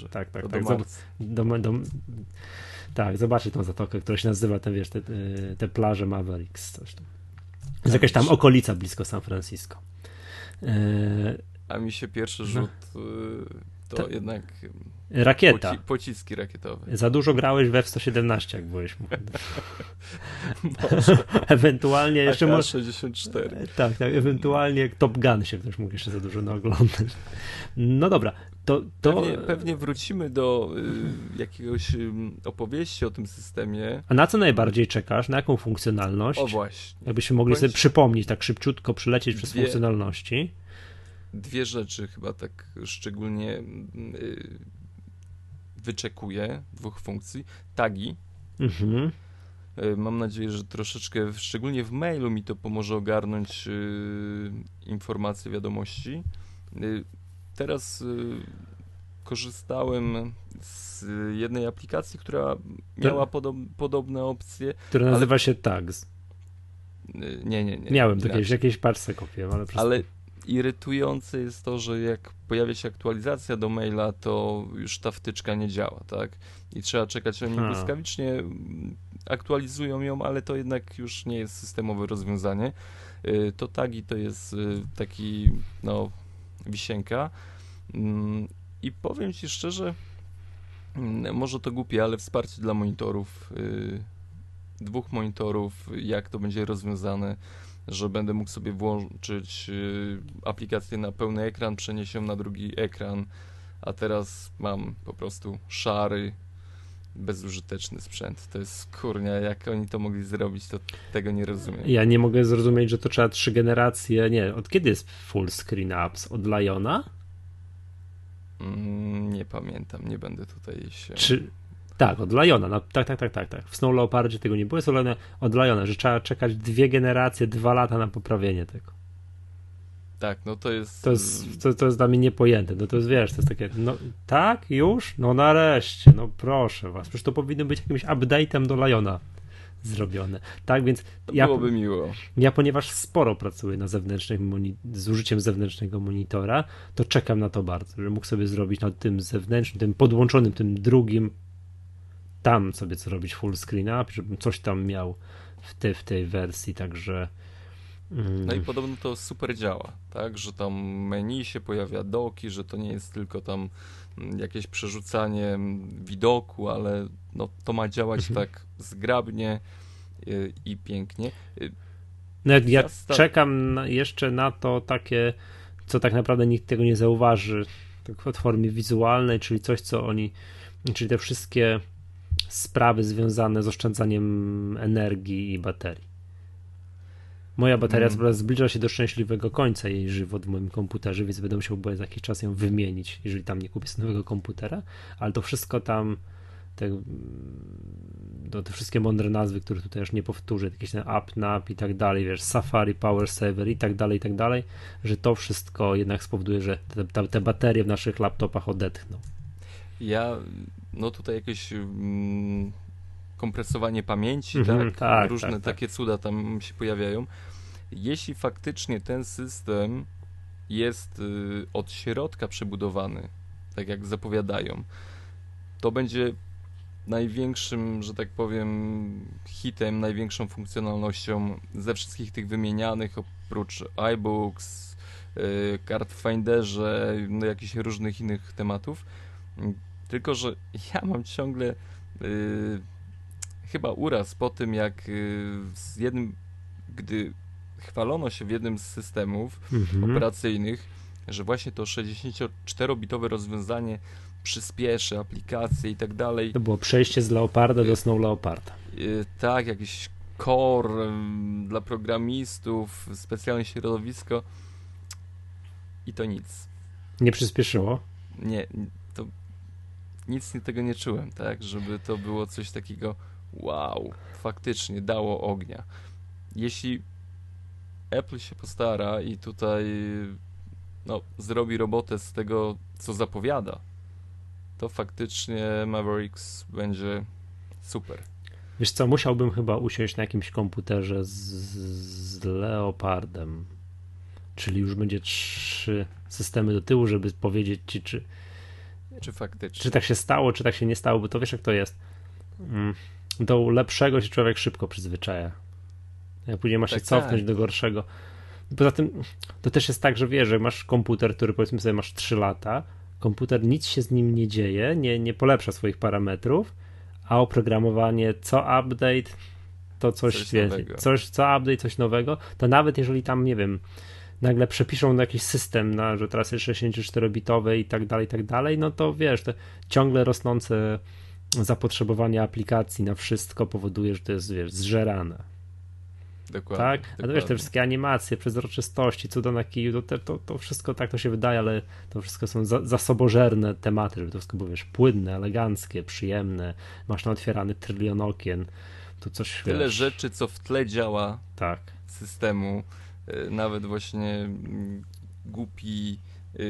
S2: Tak, zobaczyć tą zatokę, która się nazywa, te plaże Mavericks, coś tam. Jest jakaś tam okolica blisko San Francisco.
S1: A mi się pierwszy rzut to jednak
S2: rakieta.
S1: Pociski rakietowe.
S2: Za dużo grałeś w F-117, jak byłeś młody. Ewentualnie jeszcze
S1: AK-64.
S2: Tak, ewentualnie Top Gun się ktoś mógł jeszcze za dużo naoglądać. No dobra,
S1: Pewnie wrócimy do jakiegoś opowieści o tym systemie.
S2: A na co najbardziej czekasz? Na jaką funkcjonalność?
S1: O właśnie.
S2: Jakbyśmy mogli sobie przypomnieć, tak szybciutko przelecieć przez funkcjonalności.
S1: Dwie rzeczy chyba tak szczególnie wyczekuję, dwóch funkcji. Tagi.
S2: Mhm.
S1: Mam nadzieję, że troszeczkę, szczególnie w mailu mi to pomoże ogarnąć informacje, wiadomości. Teraz korzystałem z jednej aplikacji, która miała podobne opcje.
S2: Która nazywa się Tags.
S1: Nie.
S2: Miałem jakieś parce kopię,
S1: ale irytujące jest to, że jak pojawia się aktualizacja do maila, to już ta wtyczka nie działa, tak? I trzeba czekać, oni błyskawicznie aktualizują ją, ale to jednak już nie jest systemowe rozwiązanie. To tagi to jest taki, wisienka. I powiem Ci szczerze, może to głupie, ale wsparcie dla monitorów, dwóch monitorów, jak to będzie rozwiązane, że będę mógł sobie włączyć aplikację na pełny ekran, przenieść ją na drugi ekran, a teraz mam po prostu szary, bezużyteczny sprzęt. To jest kurnia, jak oni to mogli zrobić, to tego nie rozumiem.
S2: Ja nie mogę zrozumieć, że to trzeba 3 generacje, nie, od kiedy jest full screen apps? Od Liona?
S1: Nie pamiętam, nie będę tutaj się...
S2: Tak, od Liona, tak. W Snow Leopardzie tego nie było, jest od Liona, że trzeba czekać 2 generacje, 2 lata na poprawienie tego.
S1: Tak, to jest...
S2: To jest dla mnie niepojęte, to jest, wiesz, to jest takie, tak, już? Nareszcie, proszę was, przecież to powinno być jakimś update'em do Liona zrobione, tak, więc...
S1: byłoby miło.
S2: Ja, ponieważ sporo pracuję na z użyciem zewnętrznego monitora, to czekam na to bardzo, że mógł sobie zrobić na tym zewnętrznym, tym podłączonym, tym drugim, tam sobie co robić full screen up, żebym coś tam miał w tej wersji, także...
S1: No i podobno to super działa, tak, że tam menu się pojawia doki, że to nie jest tylko tam jakieś przerzucanie widoku, ale to ma działać tak zgrabnie i pięknie.
S2: Ja czekam jeszcze na to takie, co tak naprawdę nikt tego nie zauważy, tak w formie wizualnej, czyli coś, co czyli te wszystkie sprawy związane z oszczędzaniem energii i baterii. Moja bateria zbliża się do szczęśliwego końca jej żywot w moim komputerze, więc będę musiał za jakiś czas ją wymienić, jeżeli tam nie kupię nowego komputera, ale to wszystko tam, te wszystkie mądre nazwy, które tutaj już nie powtórzę, jakieś ten AppNap i tak dalej, wiesz, Safari, Power Saver i tak dalej, że to wszystko jednak spowoduje, że te baterie w naszych laptopach odetchną.
S1: No tutaj jakieś kompresowanie pamięci, różne takie cuda tam się pojawiają. Jeśli faktycznie ten system jest od środka przebudowany, tak jak zapowiadają, to będzie największym, że tak powiem, hitem, największą funkcjonalnością ze wszystkich tych wymienianych, oprócz iBooks, kart w Finderze, no jakichś różnych innych tematów. Tylko że ja mam ciągle chyba uraz po tym, jak gdy chwalono się w jednym z systemów operacyjnych, że właśnie to 64-bitowe rozwiązanie przyspieszy aplikacje i tak dalej.
S2: To było przejście z Leoparda do Snow Leoparda.
S1: Tak, jakiś core dla programistów, specjalne środowisko i to nic.
S2: Nie przyspieszyło?
S1: Nie, to nic tego nie czułem, tak, żeby to było coś takiego wow, faktycznie dało ognia. Jeśli Apple się postara i tutaj zrobi robotę z tego, co zapowiada, to faktycznie Mavericks będzie super.
S2: Wiesz co, musiałbym chyba usiąść na jakimś komputerze z Leopardem, czyli już będzie 3 systemy do tyłu, żeby powiedzieć ci,
S1: czy faktycznie.
S2: Czy tak się stało, czy tak się nie stało, bo to wiesz jak to jest. Do lepszego się człowiek szybko przyzwyczaja. Jak później masz się cofnąć do gorszego. Poza tym to też jest tak, że wiesz, że masz komputer, który powiedzmy sobie masz 3 lata, komputer nic się z nim nie dzieje, nie polepsza swoich parametrów, a oprogramowanie co update to coś więcej. Co update, coś nowego, to nawet jeżeli tam, nie wiem, nagle przepiszą na jakiś system, że teraz jest 64-bitowy i tak dalej, no to wiesz, te ciągle rosnące zapotrzebowanie aplikacji na wszystko powoduje, że to jest, wiesz, zżerane.
S1: Dokładnie.
S2: Tak? A to wiesz, te wszystkie animacje, przezroczystości, cuda na kiju, to wszystko tak to się wydaje, ale to wszystko są zasobożerne tematy, żeby to wszystko było, wiesz, płynne, eleganckie, przyjemne, masz na otwierany trylion okien, to coś,
S1: tyle
S2: wiesz,
S1: rzeczy, co w tle działa
S2: tak.
S1: systemu, nawet właśnie głupi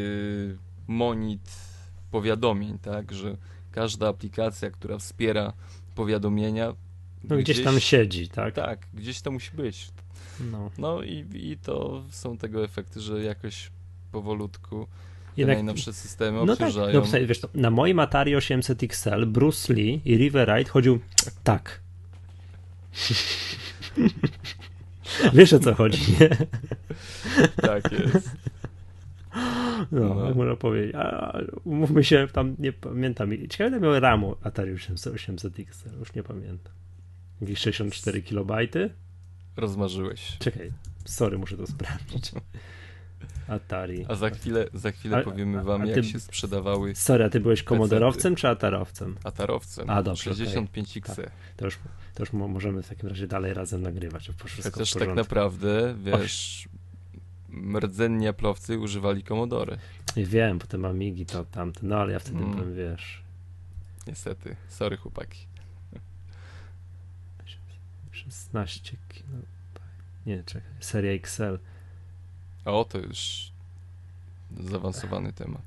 S1: monit powiadomień, tak, że każda aplikacja, która wspiera powiadomienia,
S2: gdzieś tam siedzi, tak?
S1: Tak, gdzieś to musi być. No i to są tego efekty, że jakoś powolutku te najnowsze systemy obciążają.
S2: Tak, wiesz, na moim Atari 800 XL Bruce Lee i River Raid chodził tak. Wiesz o co chodzi, nie?
S1: Tak jest.
S2: No, jak można powiedzieć. Umówmy się, tam nie pamiętam. Ciekawe, ile miał RAMu Atari 800 XL, już nie pamiętam. Jakieś 64 kilobajty?
S1: Rozmarzyłeś.
S2: Czekaj, sorry, muszę to sprawdzić. Atari.
S1: A za chwilę powiemy wam, jak się sprzedawały.
S2: Sorry, a ty byłeś komodorowcem czy atarowcem?
S1: Atarowcem.
S2: A dobrze.
S1: 65XE.
S2: Tak. To już możemy w takim razie dalej razem nagrywać.
S1: Chociaż tak naprawdę, wiesz, rdzenni aplowcy używali komodory.
S2: Wiem, potem Amigi to tamte, no ale ja wtedy byłem, wiesz.
S1: Niestety, sorry chłopaki.
S2: 16 kilo. Nie, czekaj, seria XL.
S1: O, to już zaawansowany temat.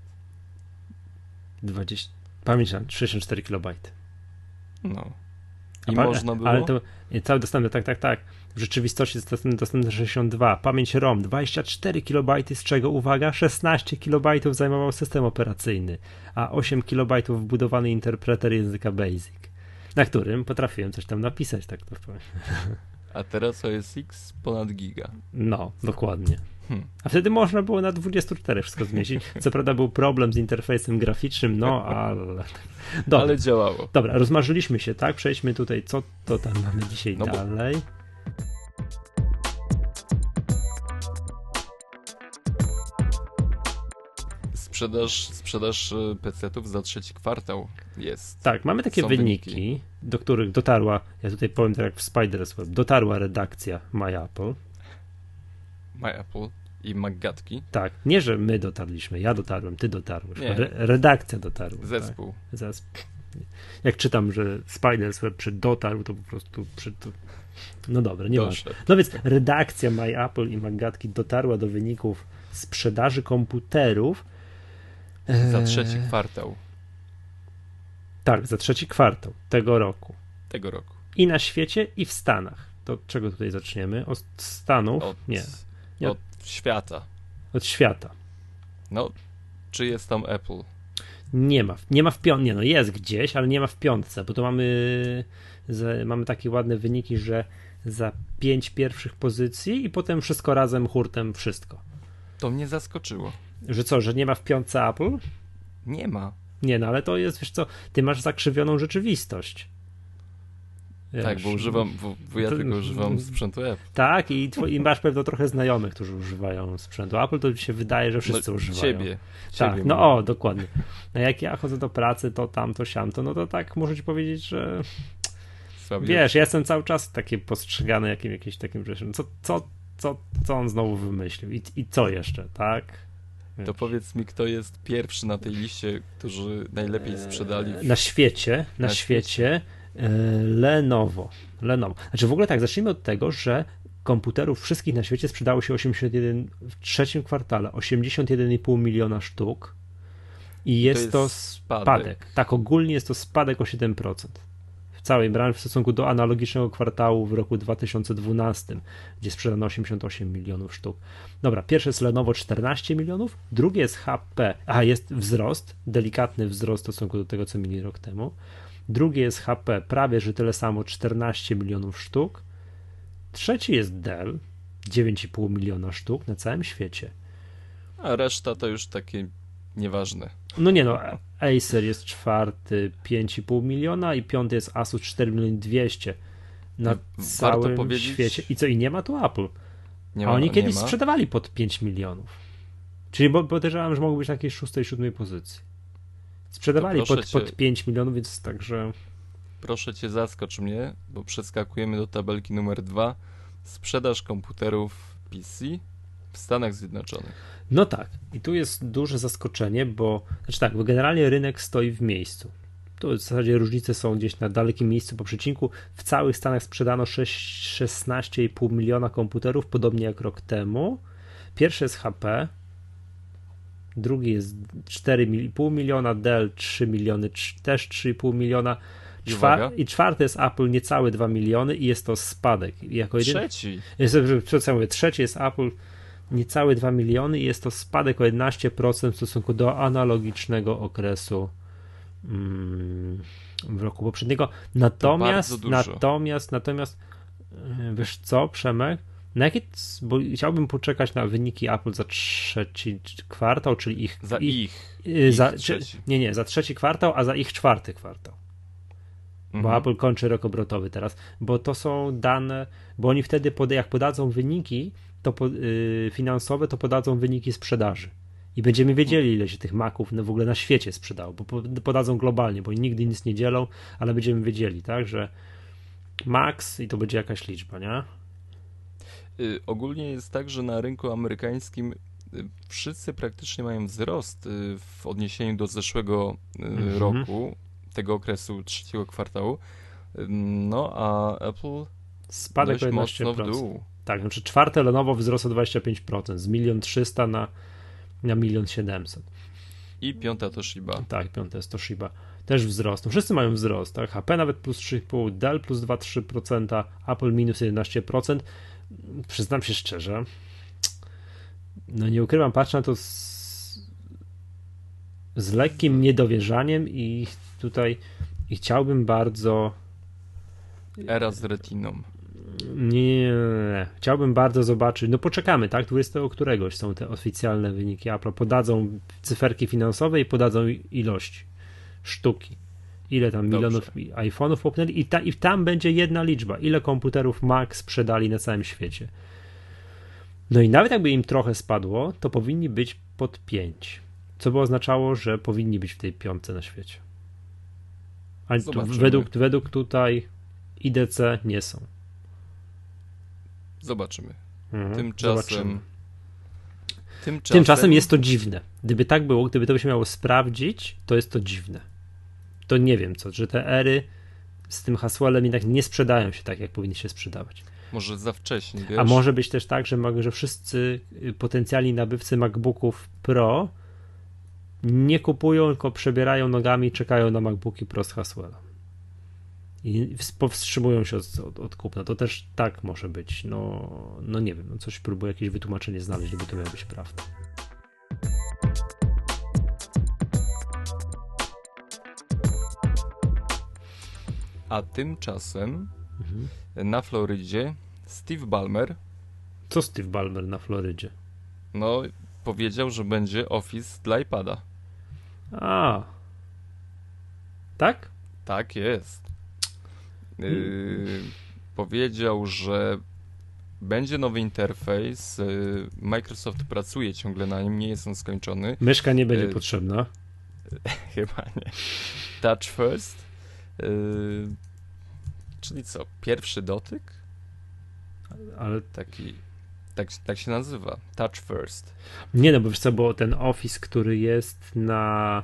S2: 20. Pamiętam, 64 kilobajty.
S1: No. I można było?
S2: Ale to cały dostępny, tak. W rzeczywistości jest dostępny 62. Pamięć ROM 24 kilobajty, z czego, uwaga, 16 kilobajtów zajmował system operacyjny, a 8 kilobajtów wbudowany interpreter języka BASIC, na którym potrafiłem coś tam napisać, tak to powiem.
S1: A teraz OS X ponad giga.
S2: No, dokładnie. A wtedy można było na 24 wszystko zmieścić. Co prawda był problem z interfejsem graficznym, no ale... Dobra.
S1: Ale działało.
S2: Dobra, rozmarzyliśmy się, tak? Przejdźmy tutaj, co to tam mamy dzisiaj dalej.
S1: Sprzedaż PC-ów za trzeci kwartał jest.
S2: Tak, mamy takie wyniki, do których dotarła, ja tutaj powiem tak jak w Spider's Web, dotarła redakcja MyApple.
S1: MyApple i McGatki.
S2: Tak, nie, że my dotarliśmy, ja dotarłem, ty dotarłeś, redakcja dotarła.
S1: Zespół.
S2: Tak? Zespół. Jak czytam, że Spider's Web dotarł, to po prostu no dobra, nie ważne. No więc redakcja MyApple i McGatki dotarła do wyników sprzedaży komputerów
S1: za trzeci kwartał.
S2: Tak, za trzeci kwartał tego roku. I na świecie, i w Stanach. To od czego tutaj zaczniemy? Od Stanów? Nie.
S1: Od świata.
S2: Od świata.
S1: No, czy jest tam Apple?
S2: Nie ma w piątce. Nie, no jest gdzieś, ale nie ma w piątce, bo tu mamy takie ładne wyniki, że za 5 pierwszych pozycji i potem wszystko razem, hurtem, wszystko.
S1: To mnie zaskoczyło.
S2: Że co, że nie ma w piątce Apple?
S1: Nie ma.
S2: Nie, no ale to jest, wiesz co, ty masz zakrzywioną rzeczywistość.
S1: Wiesz, tak, bo ja tylko używam sprzętu Apple.
S2: Tak, i masz pewno trochę znajomych, którzy używają sprzętu Apple, to mi się wydaje, że wszyscy używają.
S1: Ciebie.
S2: Tak, no dokładnie. No jak ja chodzę do pracy, to tam, to siam, to no to tak muszę ci powiedzieć, że wiesz, ja jestem cały czas taki postrzegany jakimś takim rzeczem. Co on znowu wymyślił i co jeszcze, tak?
S1: To powiedz mi, kto jest pierwszy na tej liście, którzy najlepiej sprzedali
S2: na świecie. Lenovo. Znaczy w ogóle tak, zacznijmy od tego, że komputerów wszystkich na świecie sprzedało się 81 w trzecim kwartale, 81,5 miliona sztuk i jest to spadek. Tak, ogólnie jest to spadek o 7% w całej branży w stosunku do analogicznego kwartału w roku 2012, gdzie sprzedano 88 milionów sztuk. Dobra, pierwsze jest Lenovo 14 milionów, drugie jest HP, jest wzrost, delikatny wzrost w stosunku do tego, co mieli rok temu. Drugie jest HP, prawie że tyle samo, 14 milionów sztuk. Trzeci jest Dell, 9,5 miliona sztuk na całym świecie.
S1: A reszta to już takie nieważne.
S2: No nie no, Acer jest czwarty, 5,5 miliona i piąty jest Asus 4 miliony 200 na całym świecie. I co, i nie ma tu Apple. Oni kiedyś sprzedawali pod 5 milionów. Czyli podejrzewam, że mogą być na jakiejś 6., 7. pozycji. Sprzedawali pod 5 milionów, więc także...
S1: Proszę cię, zaskocz mnie, bo przeskakujemy do tabelki numer 2. Sprzedaż komputerów PC w Stanach Zjednoczonych.
S2: No tak, i tu jest duże zaskoczenie, bo generalnie rynek stoi w miejscu. Tu w zasadzie różnice są gdzieś na dalekim miejscu po przecinku. W całych Stanach sprzedano 16,5 miliona komputerów, podobnie jak rok temu. Pierwszy jest HP, drugi jest 4,5 miliona, Dell 3 miliony, też 3,5 miliona i czwarty jest Apple, niecałe 2 miliony i jest to spadek.
S1: Trzeci.
S2: Trzeci jest Apple, niecałe 2 miliony i jest to spadek o 11% w stosunku do analogicznego okresu w roku poprzedniego. Natomiast wiesz co, Przemek? Bo chciałbym poczekać na wyniki Apple za trzeci kwartał, czyli za trzeci kwartał, a za ich czwarty kwartał. Bo Apple kończy rok obrotowy teraz, bo to są dane, bo oni wtedy jak podadzą wyniki finansowe, to podadzą wyniki sprzedaży. I będziemy wiedzieli, ile się tych Maców w ogóle na świecie sprzedało, bo podadzą globalnie, bo nigdy nic nie dzielą, ale będziemy wiedzieli, tak, że Max i to będzie jakaś liczba, nie?
S1: Ogólnie jest tak, że na rynku amerykańskim wszyscy praktycznie mają wzrost w odniesieniu do zeszłego roku, tego okresu trzeciego kwartału, no a Apple
S2: spadek o 11%.
S1: Mocno w dół.
S2: Tak, znaczy czwarte Lenovo wzrosło 25%, z 1 300 000 na 1 700 000.
S1: I piąta Toshiba.
S2: Tak, piąta jest Toshiba. Też wzrost. No wszyscy mają wzrost, tak? HP nawet plus 3,5%, Dell plus 2-3%, Apple minus 11%. Przyznam się szczerze, no nie ukrywam, patrzę na to z lekkim niedowierzaniem i tutaj chciałbym bardzo...
S1: Era z retiną.
S2: Nie, chciałbym bardzo zobaczyć, no poczekamy, tak, 20 któregoś są te oficjalne wyniki Apple, podadzą cyferki finansowe i podadzą ilość sztuki, ile tam milionów iPhone'ów popchnęli i tam będzie jedna liczba, ile komputerów Mac sprzedali na całym świecie. No i nawet jakby im trochę spadło, to powinni być pod 5. co by oznaczało, że powinni być w tej 5 na świecie. A według tutaj IDC nie są.
S1: Zobaczymy.
S2: Zobaczymy.
S1: Tymczasem
S2: jest to dziwne. Gdyby tak było, gdyby to by się miało sprawdzić, to jest to dziwne. To nie wiem co, że te ery z tym Haswellem jednak nie sprzedają się tak, jak powinny się sprzedawać.
S1: Może za wcześnie, wiesz?
S2: A może być też tak, że wszyscy potencjalni nabywcy MacBooków Pro nie kupują, tylko przebierają nogami i czekają na MacBooki Pro z Haswellem. I powstrzymują się od kupna. To też tak może być. No nie wiem, coś próbuję jakieś wytłumaczenie znaleźć, żeby to miało być prawda.
S1: A tymczasem na Florydzie Steve Ballmer.
S2: Co Steve Ballmer na Florydzie?
S1: No, powiedział, że będzie Office dla iPada.
S2: A. Tak?
S1: Tak jest. Powiedział, że będzie nowy interfejs. Microsoft pracuje ciągle na nim, nie jest on skończony.
S2: Myszka nie będzie potrzebna.
S1: Chyba nie. Touch First. Czyli co? Pierwszy dotyk?
S2: Ale
S1: tak się nazywa. Touch First.
S2: Nie, no bo wiesz co, bo ten Office, który jest na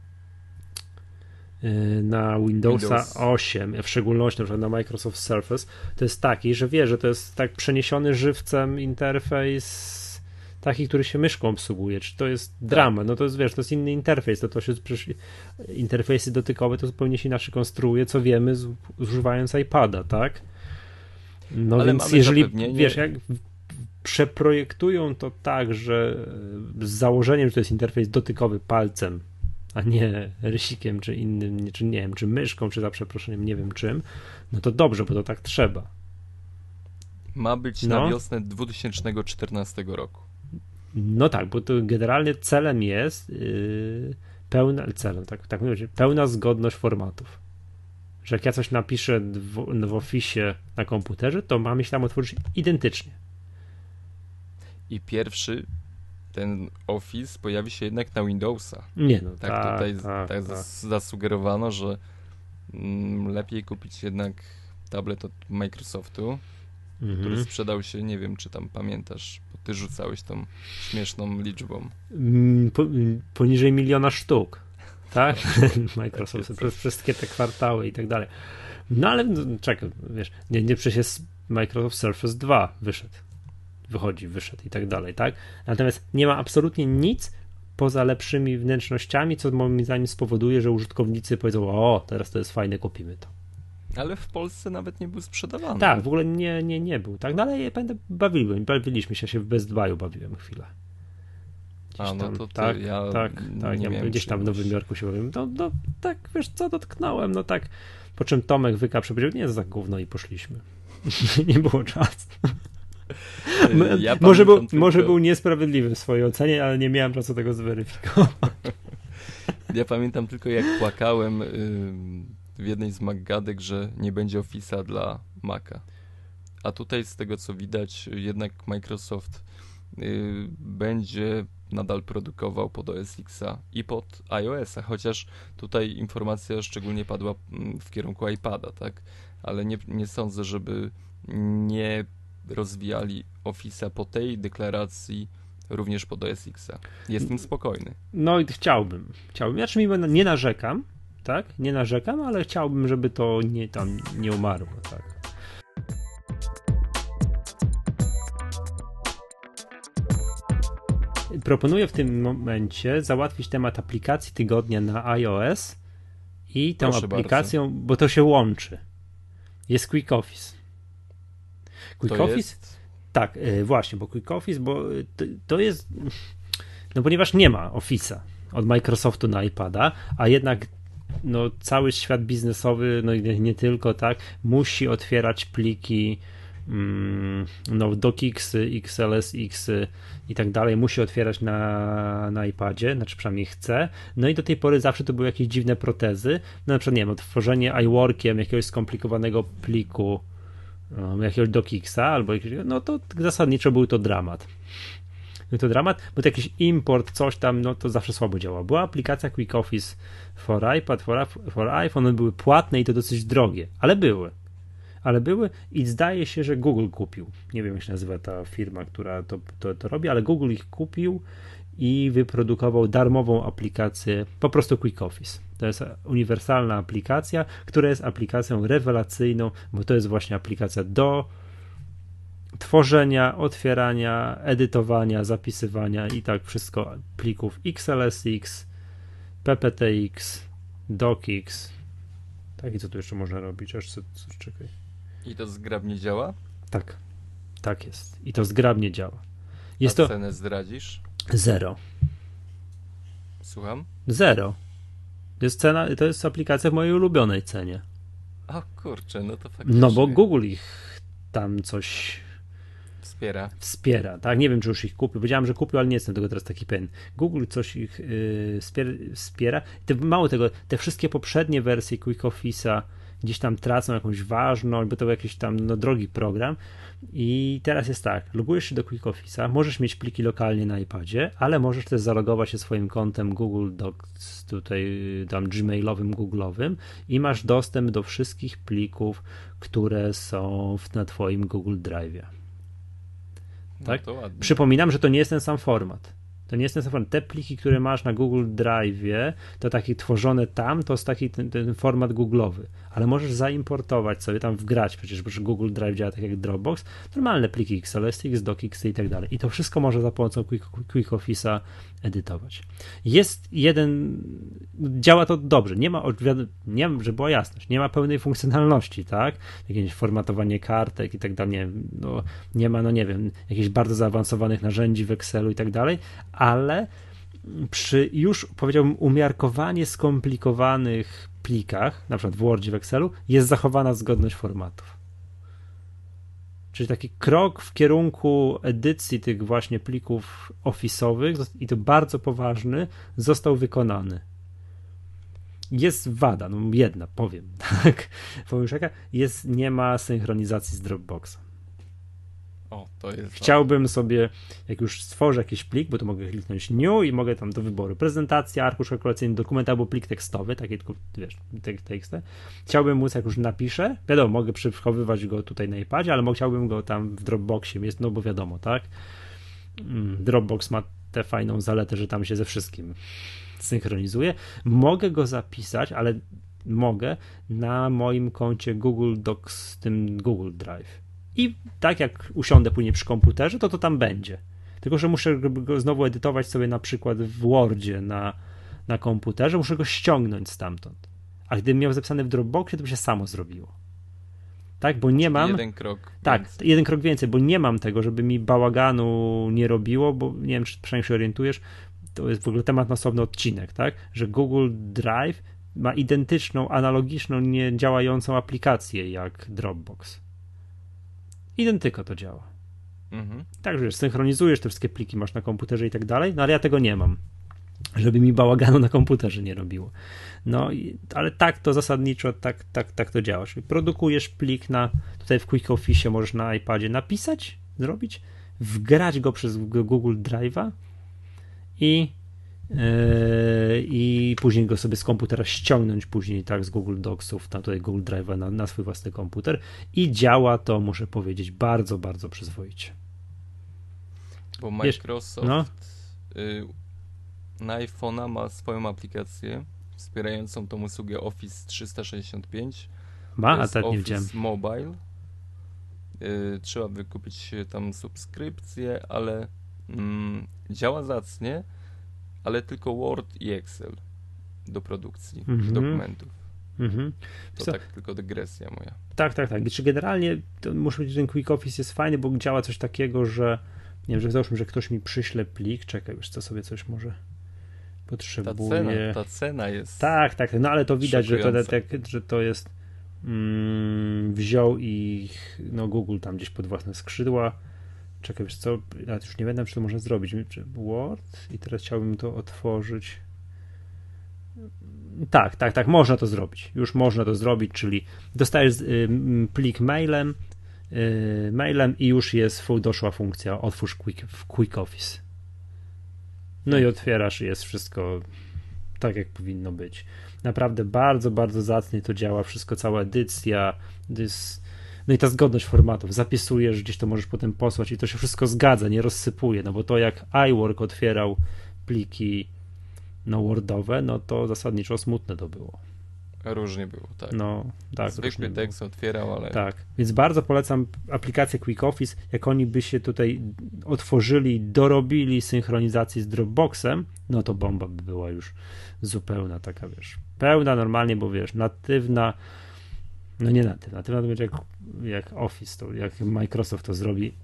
S2: Windowsa 8, w szczególności na przykład na Microsoft Surface, to jest taki, że wie, że to jest tak przeniesiony żywcem interfejs taki, który się myszką obsługuje, czy to jest dramat, no to jest, wiesz, to jest inny interfejs, to się przecież interfejsy dotykowe to zupełnie się inaczej konstruuje, co wiemy używając iPada, tak? No ale więc jeżeli, wiesz, jak przeprojektują to tak, że z założeniem, że to jest interfejs dotykowy palcem, a nie rysikiem, czy innym, czy nie wiem, czy myszką, czy za przeproszeniem, nie wiem czym, no to dobrze, bo to tak trzeba.
S1: Ma być na wiosnę 2014 roku.
S2: No tak, bo to generalnie celem jest pełna zgodność formatów. Że jak ja coś napiszę w Office na komputerze, to ma mi się tam otworzyć identycznie. I
S1: pierwszy ten Office pojawi się jednak na Windowsa.
S2: Nie no,
S1: tutaj zasugerowano, że lepiej kupić jednak tablet od Microsoftu, który sprzedał się, nie wiem, czy tam pamiętasz, bo ty rzucałeś tą śmieszną liczbą.
S2: Poniżej 1 000 000 sztuk, tak? Microsoft przez wszystkie te kwartały i tak dalej. No ale czekaj, wiesz, nie przecież jest Microsoft Surface 2 wyszedł i tak dalej, tak? Natomiast nie ma absolutnie nic poza lepszymi wnętrznościami, co moim zdaniem spowoduje, że użytkownicy powiedzą, o, teraz to jest fajne, kupimy to.
S1: Ale w Polsce nawet nie był sprzedawany.
S2: Tak, w ogóle nie był, tak? No ale ja pamiętam, bawiliśmy się w Best Buy'u bawiłem chwilę. Ja gdzieś tam w Nowym Jorku się bawiłem. No tak, wiesz co, dotknąłem, no tak. Po czym Tomek Wyka powiedział, nie, za gówno i poszliśmy. Nie było czasu. Może był niesprawiedliwy w swojej ocenie, ale nie miałem czasu tego zweryfikować.
S1: Ja pamiętam tylko, jak płakałem w jednej z Macgadek, że nie będzie Office'a dla Maca. A tutaj z tego, co widać, jednak Microsoft będzie nadal produkował pod OS X-a i pod iOS-a, chociaż tutaj informacja szczególnie padła w kierunku iPada, tak? Ale nie sądzę, żeby nie rozwijali Office'a po tej deklaracji również pod OS X-a. Jestem spokojny.
S2: No i chciałbym. Znaczy nie narzekam, tak? Nie narzekam, ale chciałbym, żeby to nie umarło, tak? Proponuję w tym momencie załatwić temat aplikacji tygodnia na iOS i tą aplikacją, bardzo. Bo to się łączy. Jest Quick Office. Quick Office? Jest? Tak, właśnie, bo Quick Office, bo to jest, no ponieważ nie ma Office'a od Microsoftu na iPada, a jednak no, cały świat biznesowy, no i nie tylko, tak, musi otwierać pliki, no, DocXy, XLSX i tak dalej, musi otwierać na iPadzie, znaczy przynajmniej chce, no i do tej pory zawsze to były jakieś dziwne protezy, no na przykład, nie wiem, otworzenie iWorkiem jakiegoś skomplikowanego pliku, jakiegoś DocXa albo jakiegoś, no to zasadniczo był to dramat. to dramat, bo to jakiś import, coś tam, no to zawsze słabo działa. Była aplikacja Quick Office for iPad, for iPhone, one były płatne i to dosyć drogie, ale były i zdaje się, że Google kupił. Nie wiem, jak się nazywa ta firma, która to robi, ale Google ich kupił i wyprodukował darmową aplikację, po prostu Quick Office. To jest uniwersalna aplikacja, która jest aplikacją rewelacyjną, bo to jest właśnie aplikacja do tworzenia, otwierania, edytowania, zapisywania i tak wszystko plików XLSX, PPTX, DocX. Tak, i co tu jeszcze można robić? Czekaj.
S1: I to zgrabnie działa?
S2: Tak jest. I to zgrabnie działa.
S1: A cenę zdradzisz?
S2: 0.
S1: Słucham?
S2: 0. To jest aplikacja w mojej ulubionej cenie.
S1: O kurczę, no to faktycznie.
S2: No bo Google ich tam coś
S1: wspiera,
S2: tak? Nie wiem, czy już ich kupił. Powiedziałem, że kupił, ale nie jestem tego teraz taki pewien. Google coś ich wspiera. Mało tego, te wszystkie poprzednie wersje Quick Office'a gdzieś tam tracą jakąś ważność, bo to był jakiś tam drogi program i teraz jest tak, logujesz się do Quick Office'a, możesz mieć pliki lokalnie na iPadzie, ale możesz też zalogować się swoim kontem Google Docs, tutaj tam gmailowym, google'owym i masz dostęp do wszystkich plików, które są na twoim Google Drive'ie. Tak?
S1: No to ładnie.
S2: Przypominam, że to nie jest ten sam format. To nie jest ten sam format. Te pliki, które masz na Google Drive'ie, to takie tworzone tam, to jest taki ten format Google'owy. Ale możesz zaimportować sobie tam wgrać, przecież bo Google Drive działa tak jak Dropbox, normalne pliki XLSX, DocX i tak dalej. I to wszystko można za pomocą Quick Office'a edytować. Jest działa to dobrze. Nie ma, żeby była jasność, nie ma pełnej funkcjonalności, tak? Jakieś formatowanie kartek i tak dalej. Nie ma, nie wiem, jakichś bardzo zaawansowanych narzędzi w Excelu i tak dalej, ale przy już, powiedziałbym, umiarkowanie skomplikowanych plikach, na przykład w Wordzie, w Excelu, jest zachowana zgodność formatów. Czyli taki krok w kierunku edycji tych właśnie plików office'owych i to bardzo poważny, został wykonany. Jest wada, jedna, powiem, tak? Powiem jaka, nie ma synchronizacji z Dropboxa.
S1: To jest
S2: Chciałbym sobie, jak już stworzę jakiś plik, bo to mogę kliknąć new i mogę tam do wyboru prezentacja, arkusz kalkulacyjny, dokument albo plik tekstowy, taki tylko, wiesz, teksty. Chciałbym móc, jak już napiszę, wiadomo, mogę przechowywać go tutaj na iPadzie, ale chciałbym go tam w Dropboxie mieć, bo wiadomo, tak? Dropbox ma tę fajną zaletę, że tam się ze wszystkim synchronizuje. Mogę go zapisać, ale mogę na moim koncie Google Docs, tym Google Drive. I tak jak usiądę później przy komputerze, to tam będzie. Tylko że muszę go znowu edytować sobie na przykład w Wordzie na komputerze, muszę go ściągnąć stamtąd. A gdybym miał zapisane w Dropboxie, to by się samo zrobiło. Tak, bo nie mam...
S1: Jeden krok
S2: Tak,
S1: więcej.
S2: jeden krok więcej, bo nie mam tego, żeby mi bałaganu nie robiło, bo nie wiem, czy przynajmniej się orientujesz, to jest w ogóle temat na osobny odcinek, tak, że Google Drive ma identyczną, analogiczną, niedziałającą aplikację jak Dropbox. Identyko to działa. Tak, że synchronizujesz te wszystkie pliki, masz na komputerze i tak dalej, ale ja tego nie mam, żeby mi bałaganu na komputerze nie robiło. Ale tak to zasadniczo, tak to działa. Czyli produkujesz plik tutaj w Quick Office możesz na iPadzie napisać, zrobić, wgrać go przez Google Drive'a i później go sobie z komputera ściągnąć później tak z Google Docsów, tam tutaj Google Drive'a na swój własny komputer i działa to, muszę powiedzieć, bardzo, bardzo przyzwoicie.
S1: Bo Microsoft na iPhone'a ma swoją aplikację wspierającą tą usługę Office 365.
S2: A tak nie widziałem.
S1: Office Mobile. Trzeba wykupić tam subskrypcję, ale działa zacnie, ale tylko Word i Excel do produkcji dokumentów. To tak tylko dygresja moja.
S2: Tak. Czy generalnie to muszę powiedzieć, że ten Quick Office jest fajny, bo działa coś takiego, że nie wiem, że załóżmy, że ktoś mi przyśle plik, czekaj, wiesz co, sobie coś może potrzebuję.
S1: Ta cena jest
S2: Tak, ale to widać, że to jest wziął ich Google tam gdzieś pod własne skrzydła. Czekaj, wiesz co, ja już nie wiem, czy to można zrobić. Word i teraz chciałbym to otworzyć. Tak, można to zrobić. Już można to zrobić, czyli dostajesz plik mailem i już doszła funkcja otwórz Quick Office. No i otwierasz i jest wszystko tak, jak powinno być. Naprawdę bardzo, bardzo zacnie to działa, wszystko, cała edycja, no i ta zgodność formatów, zapisujesz, gdzieś to możesz potem posłać i to się wszystko zgadza, nie rozsypuje, no bo to jak iWork otwierał pliki wordowe, no to zasadniczo smutne to było.
S1: Różnie było, tak.
S2: No, tak.
S1: Zwykły tekst otwierał, ale...
S2: Tak, więc bardzo polecam aplikację Quick Office, jak oni by się tutaj otworzyli, dorobili synchronizacji z Dropboxem, no to bomba by była już zupełna taka, wiesz, pełna normalnie, bo wiesz, natywna, no nie natywna to będzie jak Office, to jak Microsoft to zrobi,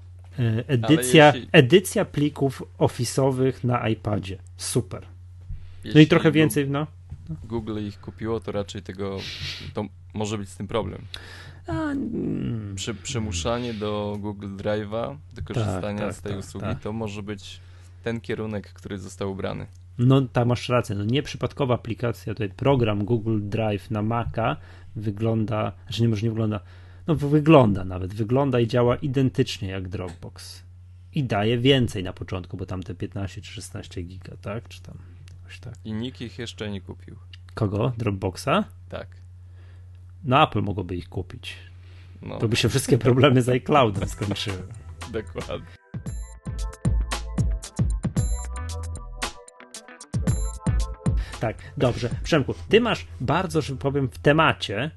S2: edycja plików office'owych na iPadzie, super. No i trochę więcej, no.
S1: Google ich kupiło, to raczej to może być z tym problem. Przymuszanie do Google Drive'a, do korzystania z tej usługi, to może być ten kierunek, który został ubrany.
S2: No tak, masz rację, no nieprzypadkowa aplikacja, tutaj program Google Drive na Maca wygląda, znaczy nie wygląda, no wygląda i działa identycznie jak Dropbox. I daje więcej na początku, bo tam te 15 czy 16 giga, tak? Czy tam jakoś tak.
S1: I nikt ich jeszcze nie kupił.
S2: Kogo? Dropboxa?
S1: Tak.
S2: No Apple mogłoby ich kupić.
S1: No.
S2: To by się wszystkie problemy z iCloudem skończyły.
S1: Dokładnie.
S2: Tak, dobrze. Przemku, ty masz bardzo, że powiem, w temacie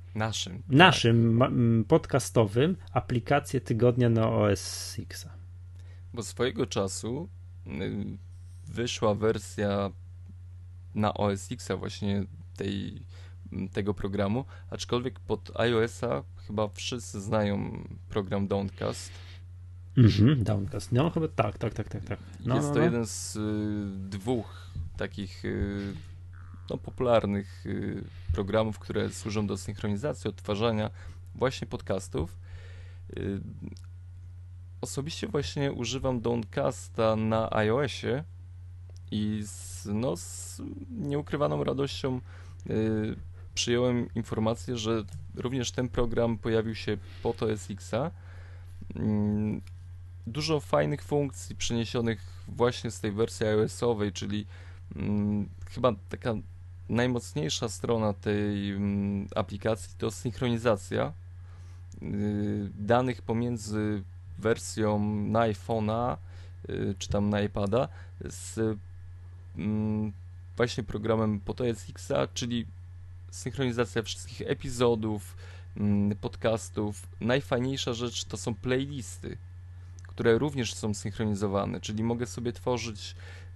S2: naszym podcastowym aplikację tygodnia na OS X.
S1: Bo swojego czasu wyszła wersja na OS X właśnie tego programu, aczkolwiek pod iOS-a chyba wszyscy znają program Downcast.
S2: Downcast, no chyba tak. No,
S1: jest to jeden z dwóch takich popularnych programów, które służą do synchronizacji, odtwarzania właśnie podcastów. Osobiście właśnie używam Downcasta na iOSie i z nieukrywaną radością przyjąłem informację, że również ten program pojawił się pod OS X-a. Dużo fajnych funkcji przeniesionych właśnie z tej wersji iOS-owej, czyli chyba taka najmocniejsza strona tej aplikacji to synchronizacja danych pomiędzy wersją na iPhone'a czy tam na iPada z właśnie programem pod OS X-a, czyli synchronizacja wszystkich epizodów, podcastów. Najfajniejsza rzecz to są playlisty, które również są synchronizowane, czyli mogę sobie tworzyć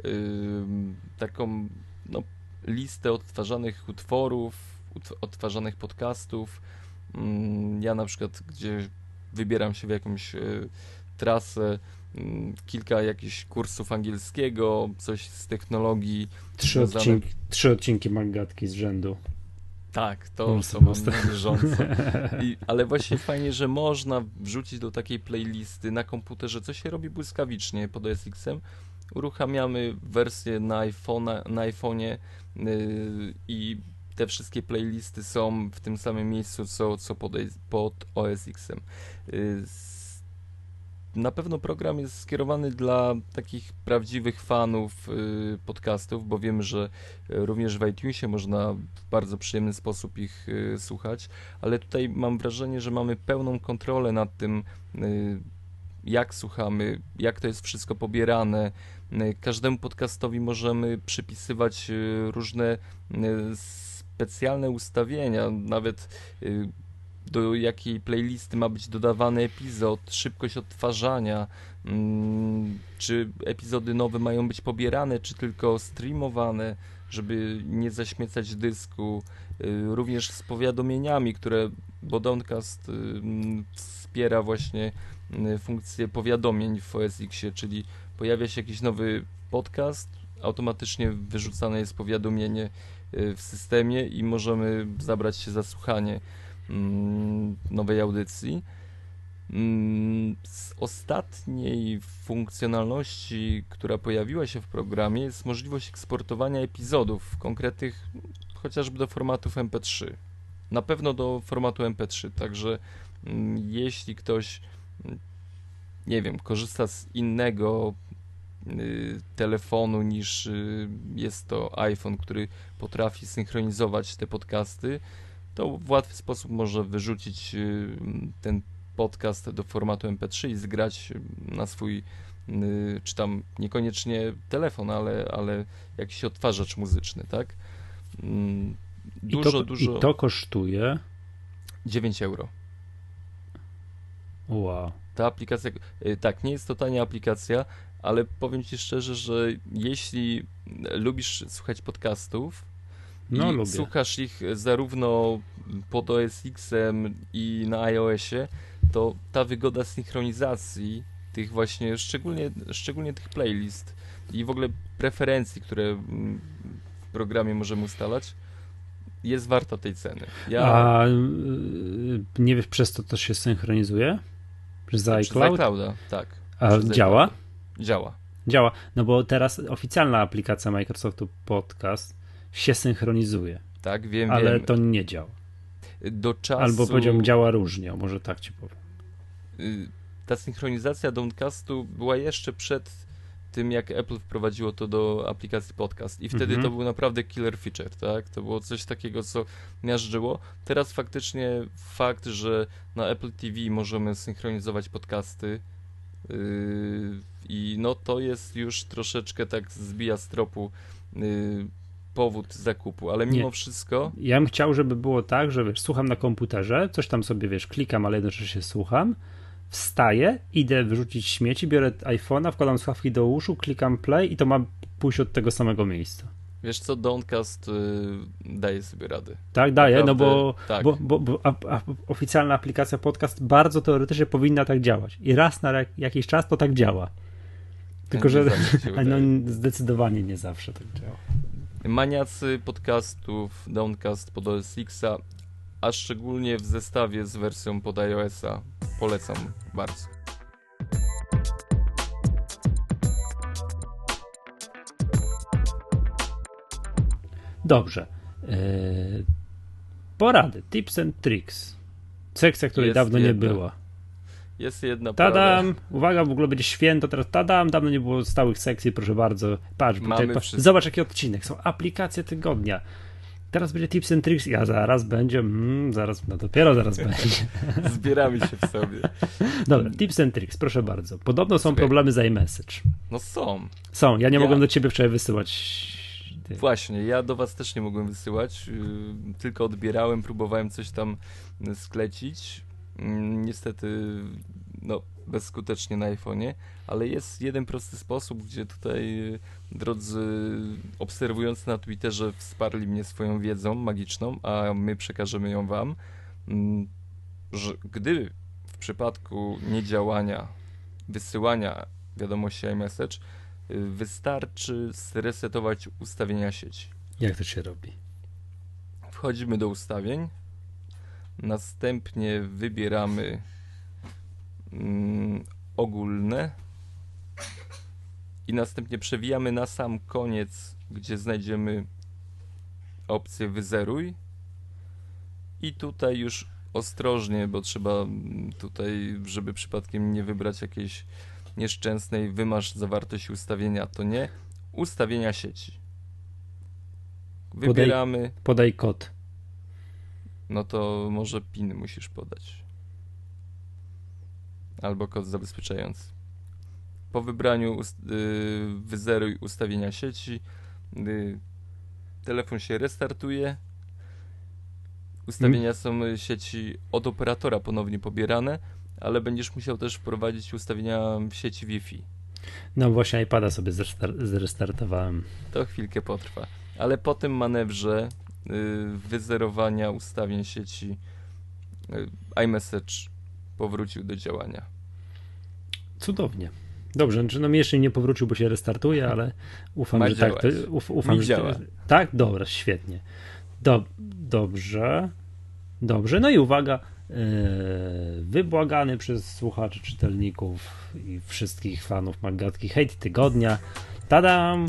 S1: taką listę odtwarzanych utworów, odtwarzanych podcastów. Ja na przykład, gdzie wybieram się w jakąś trasę, kilka jakichś kursów angielskiego, coś z technologii.
S2: Trzy odcinki Maggatki z rzędu.
S1: Tak, to mam na bieżąco. Ale właśnie fajnie, że można wrzucić do takiej playlisty na komputerze, co się robi błyskawicznie pod OS X-em. Uruchamiamy wersję na iPhone'ie i te wszystkie playlisty są w tym samym miejscu, co pod OS X-em. Na pewno program jest skierowany dla takich prawdziwych fanów podcastów, bo wiem, że również w iTunesie można w bardzo przyjemny sposób ich słuchać, ale tutaj mam wrażenie, że mamy pełną kontrolę nad tym, jak słuchamy, jak to jest wszystko pobierane. Każdemu podcastowi możemy przypisywać różne specjalne ustawienia, nawet do jakiej playlisty ma być dodawany epizod, szybkość odtwarzania, czy epizody nowe mają być pobierane, czy tylko streamowane, żeby nie zaśmiecać dysku, również z powiadomieniami, bo Downcast wspiera właśnie funkcję powiadomień w OS X-ie, czyli pojawia się jakiś nowy podcast, automatycznie wyrzucane jest powiadomienie w systemie i możemy zabrać się za słuchanie nowej audycji. Z ostatniej funkcjonalności, która pojawiła się w programie, jest możliwość eksportowania epizodów konkretnych, chociażby do formatów MP3. Na pewno do formatu MP3, także jeśli ktoś, nie wiem, korzysta z innego telefonu niż jest to iPhone, który potrafi synchronizować te podcasty, to w łatwy sposób może wyrzucić ten podcast do formatu MP3 i zgrać na swój, czy tam niekoniecznie telefon, ale jakiś odtwarzacz muzyczny, tak? Dużo.
S2: I to kosztuje
S1: 9 euro.
S2: Wow.
S1: Ta aplikacja, tak, nie jest to tania aplikacja, ale powiem Ci szczerze, że jeśli lubisz słuchać podcastów
S2: No,
S1: i
S2: lubię.
S1: słuchasz ich zarówno pod OS X-em i na iOSie, to ta wygoda synchronizacji tych właśnie, szczególnie tych playlist i w ogóle preferencji, które w programie możemy ustalać, jest warta tej ceny.
S2: A nie wiesz, przez to się synchronizuje? Przez iCloud?
S1: Przez iClouda, tak.
S2: A działa?
S1: Działa.
S2: No bo teraz oficjalna aplikacja Microsoftu Podcast się synchronizuje.
S1: Tak, wiem.
S2: Ale to nie działa.
S1: Do czasu...
S2: Albo powiedziałbym, działa różnie, może tak ci powiem.
S1: Ta synchronizacja Downcastu była jeszcze przed tym, jak Apple wprowadziło to do aplikacji podcast i wtedy to był naprawdę killer feature, tak? To było coś takiego, co miażdżyło. Teraz faktycznie fakt, że na Apple TV możemy synchronizować podcasty i no to jest już troszeczkę tak zbija z tropu powód zakupu, ale mimo wszystko...
S2: Ja bym chciał, żeby było tak, że wiesz, słucham na komputerze, coś tam sobie, wiesz, klikam, ale jednocześnie słucham, wstaję, idę wyrzucić śmieci, biorę iPhone'a, wkładam słuchawki do uszu, klikam play i to ma pójść od tego samego miejsca.
S1: Wiesz co, Downcast daje sobie radę.
S2: Tak, daje,
S1: naprawdę,
S2: no bo,
S1: tak.
S2: bo oficjalna aplikacja podcast bardzo teoretycznie powinna tak działać. I raz na jakiś czas to tak działa. Tylko, że no, zdecydowanie nie zawsze tak działa.
S1: Maniacy podcastów Downcast pod OS X-a, a szczególnie w zestawie z wersją pod iOS-a, polecam bardzo.
S2: Dobrze. Porady, tips and tricks. Sekcja, której dawno nie była.
S1: Jest jedna
S2: Tadam! Uwaga, w ogóle będzie święto, teraz tadam, dawno nie było stałych sekcji, proszę bardzo. Patrz, zobacz jaki odcinek, są aplikacje tygodnia. Teraz będzie tips and tricks, zaraz będzie, dopiero zaraz będzie.
S1: Zbieramy się w sobie.
S2: Dobra, tips and tricks, proszę bardzo. Podobno są problemy z iMessage.
S1: No
S2: są, ja nie mogłem do ciebie wczoraj wysyłać.
S1: Właśnie, ja do was też nie mogłem wysyłać, tylko odbierałem, próbowałem coś tam sklecić. Niestety, no, bezskutecznie na iPhone'ie, ale jest jeden prosty sposób, gdzie tutaj drodzy obserwujący na Twitterze wsparli mnie swoją wiedzą magiczną, a my przekażemy ją wam, że gdy w przypadku niedziałania, wysyłania wiadomości iMessage, wystarczy zresetować ustawienia sieci.
S2: Jak to się robi?
S1: Wchodzimy do ustawień, następnie wybieramy ogólne i następnie przewijamy na sam koniec, gdzie znajdziemy opcję wyzeruj i tutaj już ostrożnie, bo trzeba tutaj, żeby przypadkiem nie wybrać jakiejś nieszczęsnej wymaż zawartość ustawienia, to nie, ustawienia sieci. Wybieramy.
S2: Podaj kod.
S1: No to może PIN musisz podać. Albo kod zabezpieczający. Po wybraniu wyzeruj ustawienia sieci, telefon się restartuje. Ustawienia są sieci od operatora ponownie pobierane, ale będziesz musiał też wprowadzić ustawienia w sieci Wi-Fi.
S2: No właśnie iPada sobie zrestartowałem.
S1: To chwilkę potrwa. Ale po tym manewrze wyzerowania ustawień sieci iMessage powrócił do działania.
S2: Cudownie. Dobrze, znaczy no mi jeszcze nie powrócił, bo się restartuje, ale ufam, że tak. Ufam, że
S1: działa.
S2: Tak? Dobra, świetnie. Dobrze. No i uwaga, wybłagany przez słuchaczy, czytelników i wszystkich fanów Maggatki hejt tygodnia. Tadam!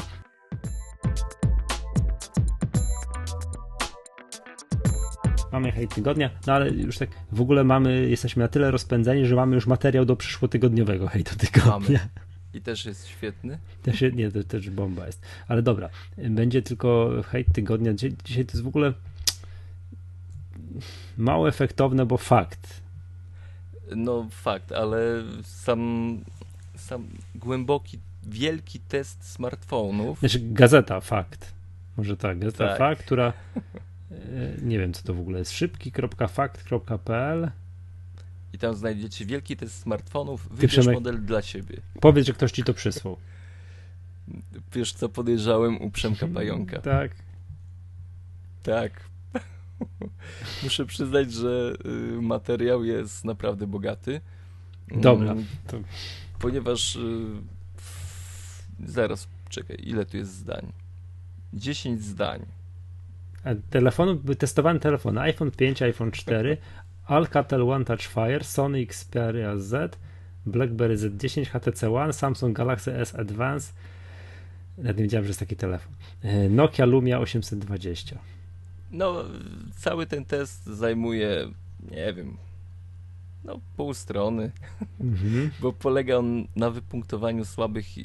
S2: Mamy hejt tygodnia, no ale już tak w ogóle jesteśmy na tyle rozpędzeni, że mamy już materiał do przyszłotygodniowego hejtu tygodnia.
S1: I też jest świetny.
S2: Nie, to też bomba jest. Ale dobra, będzie tylko hejt tygodnia. Dzisiaj to jest w ogóle mało efektowne, bo fakt.
S1: No fakt, ale sam głęboki, wielki test smartfonów.
S2: Znaczy gazeta fakt. Może tak, gazeta
S1: Tak.
S2: fakt, która nie wiem co to w ogóle jest. Szybki.fakt.pl.
S1: I tam znajdziecie wielki test smartfonów. Wybierz
S2: Przemek,
S1: model dla siebie.
S2: powiedz, że ktoś ci to przysłał.
S1: Wiesz co podejrzałem u Przemka Pająka.
S2: Tak.
S1: Tak. Muszę przyznać, że materiał jest naprawdę bogaty.
S2: Dobra. To...
S1: Ponieważ zaraz, czekaj, ile tu jest zdań? 10 zdań.
S2: Testowane telefony iPhone 5, iPhone 4, Alcatel One Touch Fire, Sony Xperia Z, BlackBerry Z10, HTC One, Samsung Galaxy S Advance. Nawet nie wiedziałem, że jest taki telefon. Nokia Lumia 820.
S1: No, cały ten test zajmuje, nie wiem, no pół strony, bo polega on na wypunktowaniu słabych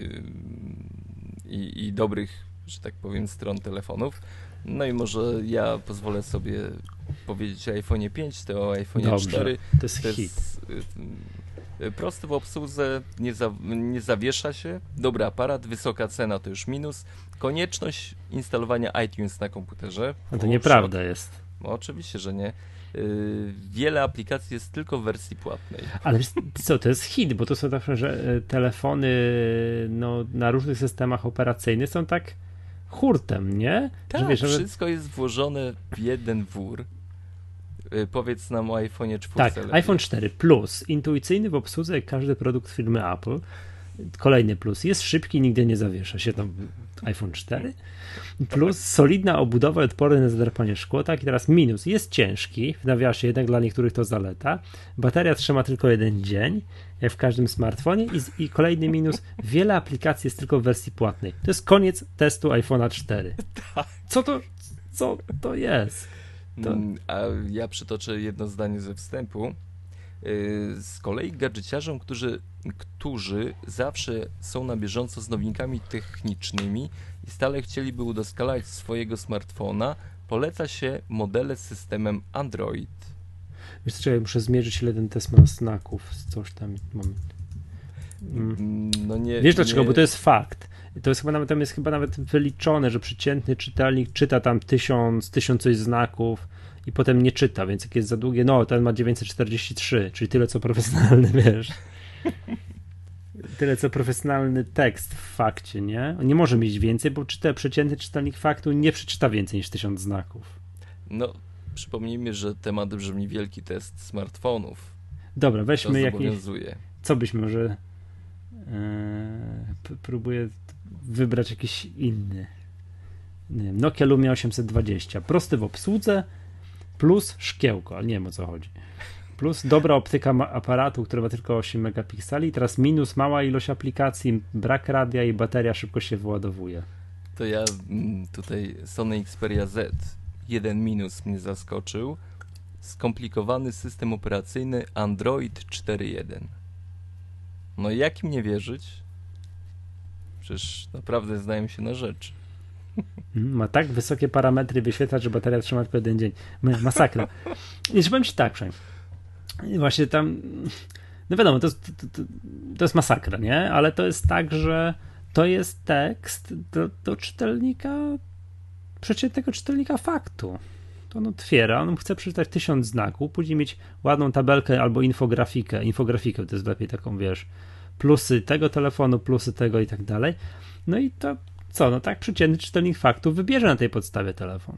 S1: i dobrych, że tak powiem, stron telefonów. No i może ja pozwolę sobie powiedzieć o iPhone 5, to o iPhone 4.
S2: To jest hit.
S1: Prosty w obsłudze, nie zawiesza się, dobry aparat, wysoka cena to już minus, konieczność instalowania iTunes na komputerze.
S2: No to nieprawda jest.
S1: No, oczywiście, że nie. Wiele aplikacji jest tylko w wersji płatnej.
S2: Ale co, to jest hit, bo to są tak, że telefony no, na różnych systemach operacyjnych są tak hurtem, nie?
S1: Tak,
S2: że wiesz,
S1: wszystko jest włożone w jeden wór. Powiedz nam o iPhone'ie 4.
S2: Tak,
S1: lepiej.
S2: iPhone 4 Plus, intuicyjny w obsłudze jak każdy produkt firmy Apple. Kolejny plus, jest szybki, nigdy nie zawiesza się tam iPhone 4. Plus solidna obudowa, odporny na zadrapanie szkła. Tak, i teraz minus, jest ciężki, w nawiasie jednak dla niektórych to zaleta. Bateria trzyma tylko 1 dzień, jak w każdym smartfonie. I kolejny minus, wiele aplikacji jest tylko w wersji płatnej. To jest koniec testu iPhone'a 4. Co to jest?
S1: A ja przytoczę jedno zdanie ze wstępu. Z kolei gadżeciarzom, którzy zawsze są na bieżąco z nowinkami technicznymi i stale chcieliby udoskonalać swojego smartfona, poleca się modele z systemem Android.
S2: Wiesz co, ja muszę zmierzyć, ile ten test ma znaków. Coś tam mam.
S1: No nie,
S2: Wiesz dlaczego? Bo to jest fakt. To jest tam jest chyba nawet wyliczone, że przeciętny czytelnik czyta tam 1000 coś znaków i potem nie czyta, więc jak jest za długie, no ten ma 943, czyli tyle co profesjonalny, wiesz. Tyle co profesjonalny tekst w fakcie, nie? On nie może mieć więcej, bo przeciętny czytelnik faktu nie przeczyta więcej niż 1000 znaków.
S1: No, przypomnijmy, że temat brzmi wielki test smartfonów.
S2: Dobra, weźmy jakiś... Co byśmy może... próbuję wybrać jakiś inny. Nie wiem, Nokia Lumia 820. Prosty w obsłudze, plus szkiełko, ale nie wiem o co chodzi. Plus dobra optyka aparatu, który ma tylko 8 megapikseli. Teraz minus mała ilość aplikacji, brak radia i bateria szybko się wyładowuje.
S1: To ja tutaj Sony Xperia Z. Jeden minus mnie zaskoczył. Skomplikowany system operacyjny Android 4.1. No jak im nie wierzyć? Przecież naprawdę znają się na rzeczy.
S2: Ma tak wysokie parametry wyświetlać, że bateria trzyma tylko 1 dzień. Masakra. I powiem ci tak, przynajmniej. Właśnie tam, no wiadomo, to jest masakra, nie? Ale to jest tak, że to jest tekst do czytelnika, przeciętnego czytelnika faktu. To on otwiera, on chce przeczytać 1000 znaków, później mieć ładną tabelkę albo infografikę to jest lepiej taką, wiesz, plusy tego telefonu, plusy tego i tak dalej. No i to co, no tak przeciętny czytelnik faktu wybierze na tej podstawie telefon.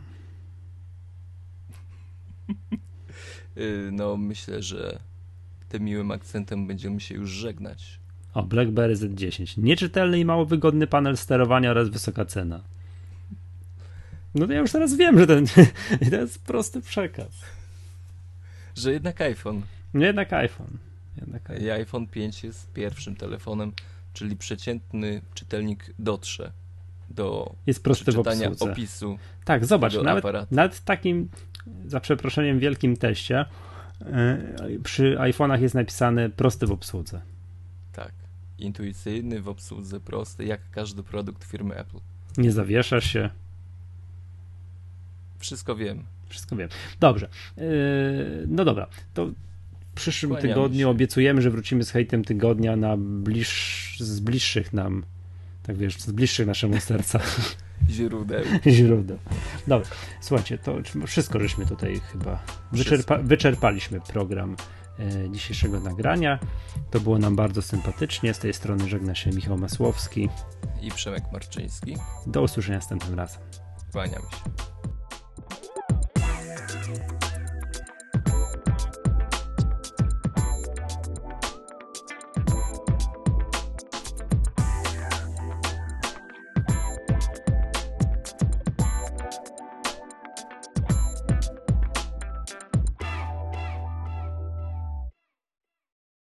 S1: No myślę, że tym miłym akcentem będziemy się już żegnać.
S2: O, BlackBerry Z10. Nieczytelny i mało wygodny panel sterowania oraz wysoka cena. No to ja już teraz wiem, że to jest prosty przekaz.
S1: Że jednak iPhone.
S2: No jednak iPhone.
S1: I iPhone 5 jest pierwszym telefonem, czyli przeciętny czytelnik dotrze do
S2: jest prosty
S1: przeczytania
S2: w obsłudze.
S1: opisu.
S2: Tak, zobacz, nawet w takim, za przeproszeniem, wielkim teście przy iPhone'ach jest napisane prosty w obsłudze.
S1: Tak. intuicyjny, w obsłudze prosty, jak każdy produkt firmy Apple.
S2: Nie zawieszasz się.
S1: Wszystko wiem.
S2: Wszystko wiem. Dobrze. No dobra, to w przyszłym
S1: Kłaniamy
S2: tygodniu
S1: się.
S2: obiecujemy, że wrócimy z hejtem tygodnia z bliższych nam, tak wiesz, z bliższych naszemu serca
S1: Źródeł.
S2: źródeł. Dobra, słuchajcie, to wszystko żeśmy tutaj chyba wyczerpaliśmy program dzisiejszego nagrania. To było nam bardzo sympatycznie. Z tej strony żegna się Michał Masłowski.
S1: I Przemek Marczyński.
S2: Do usłyszenia następnym razem.
S1: Kłaniam się.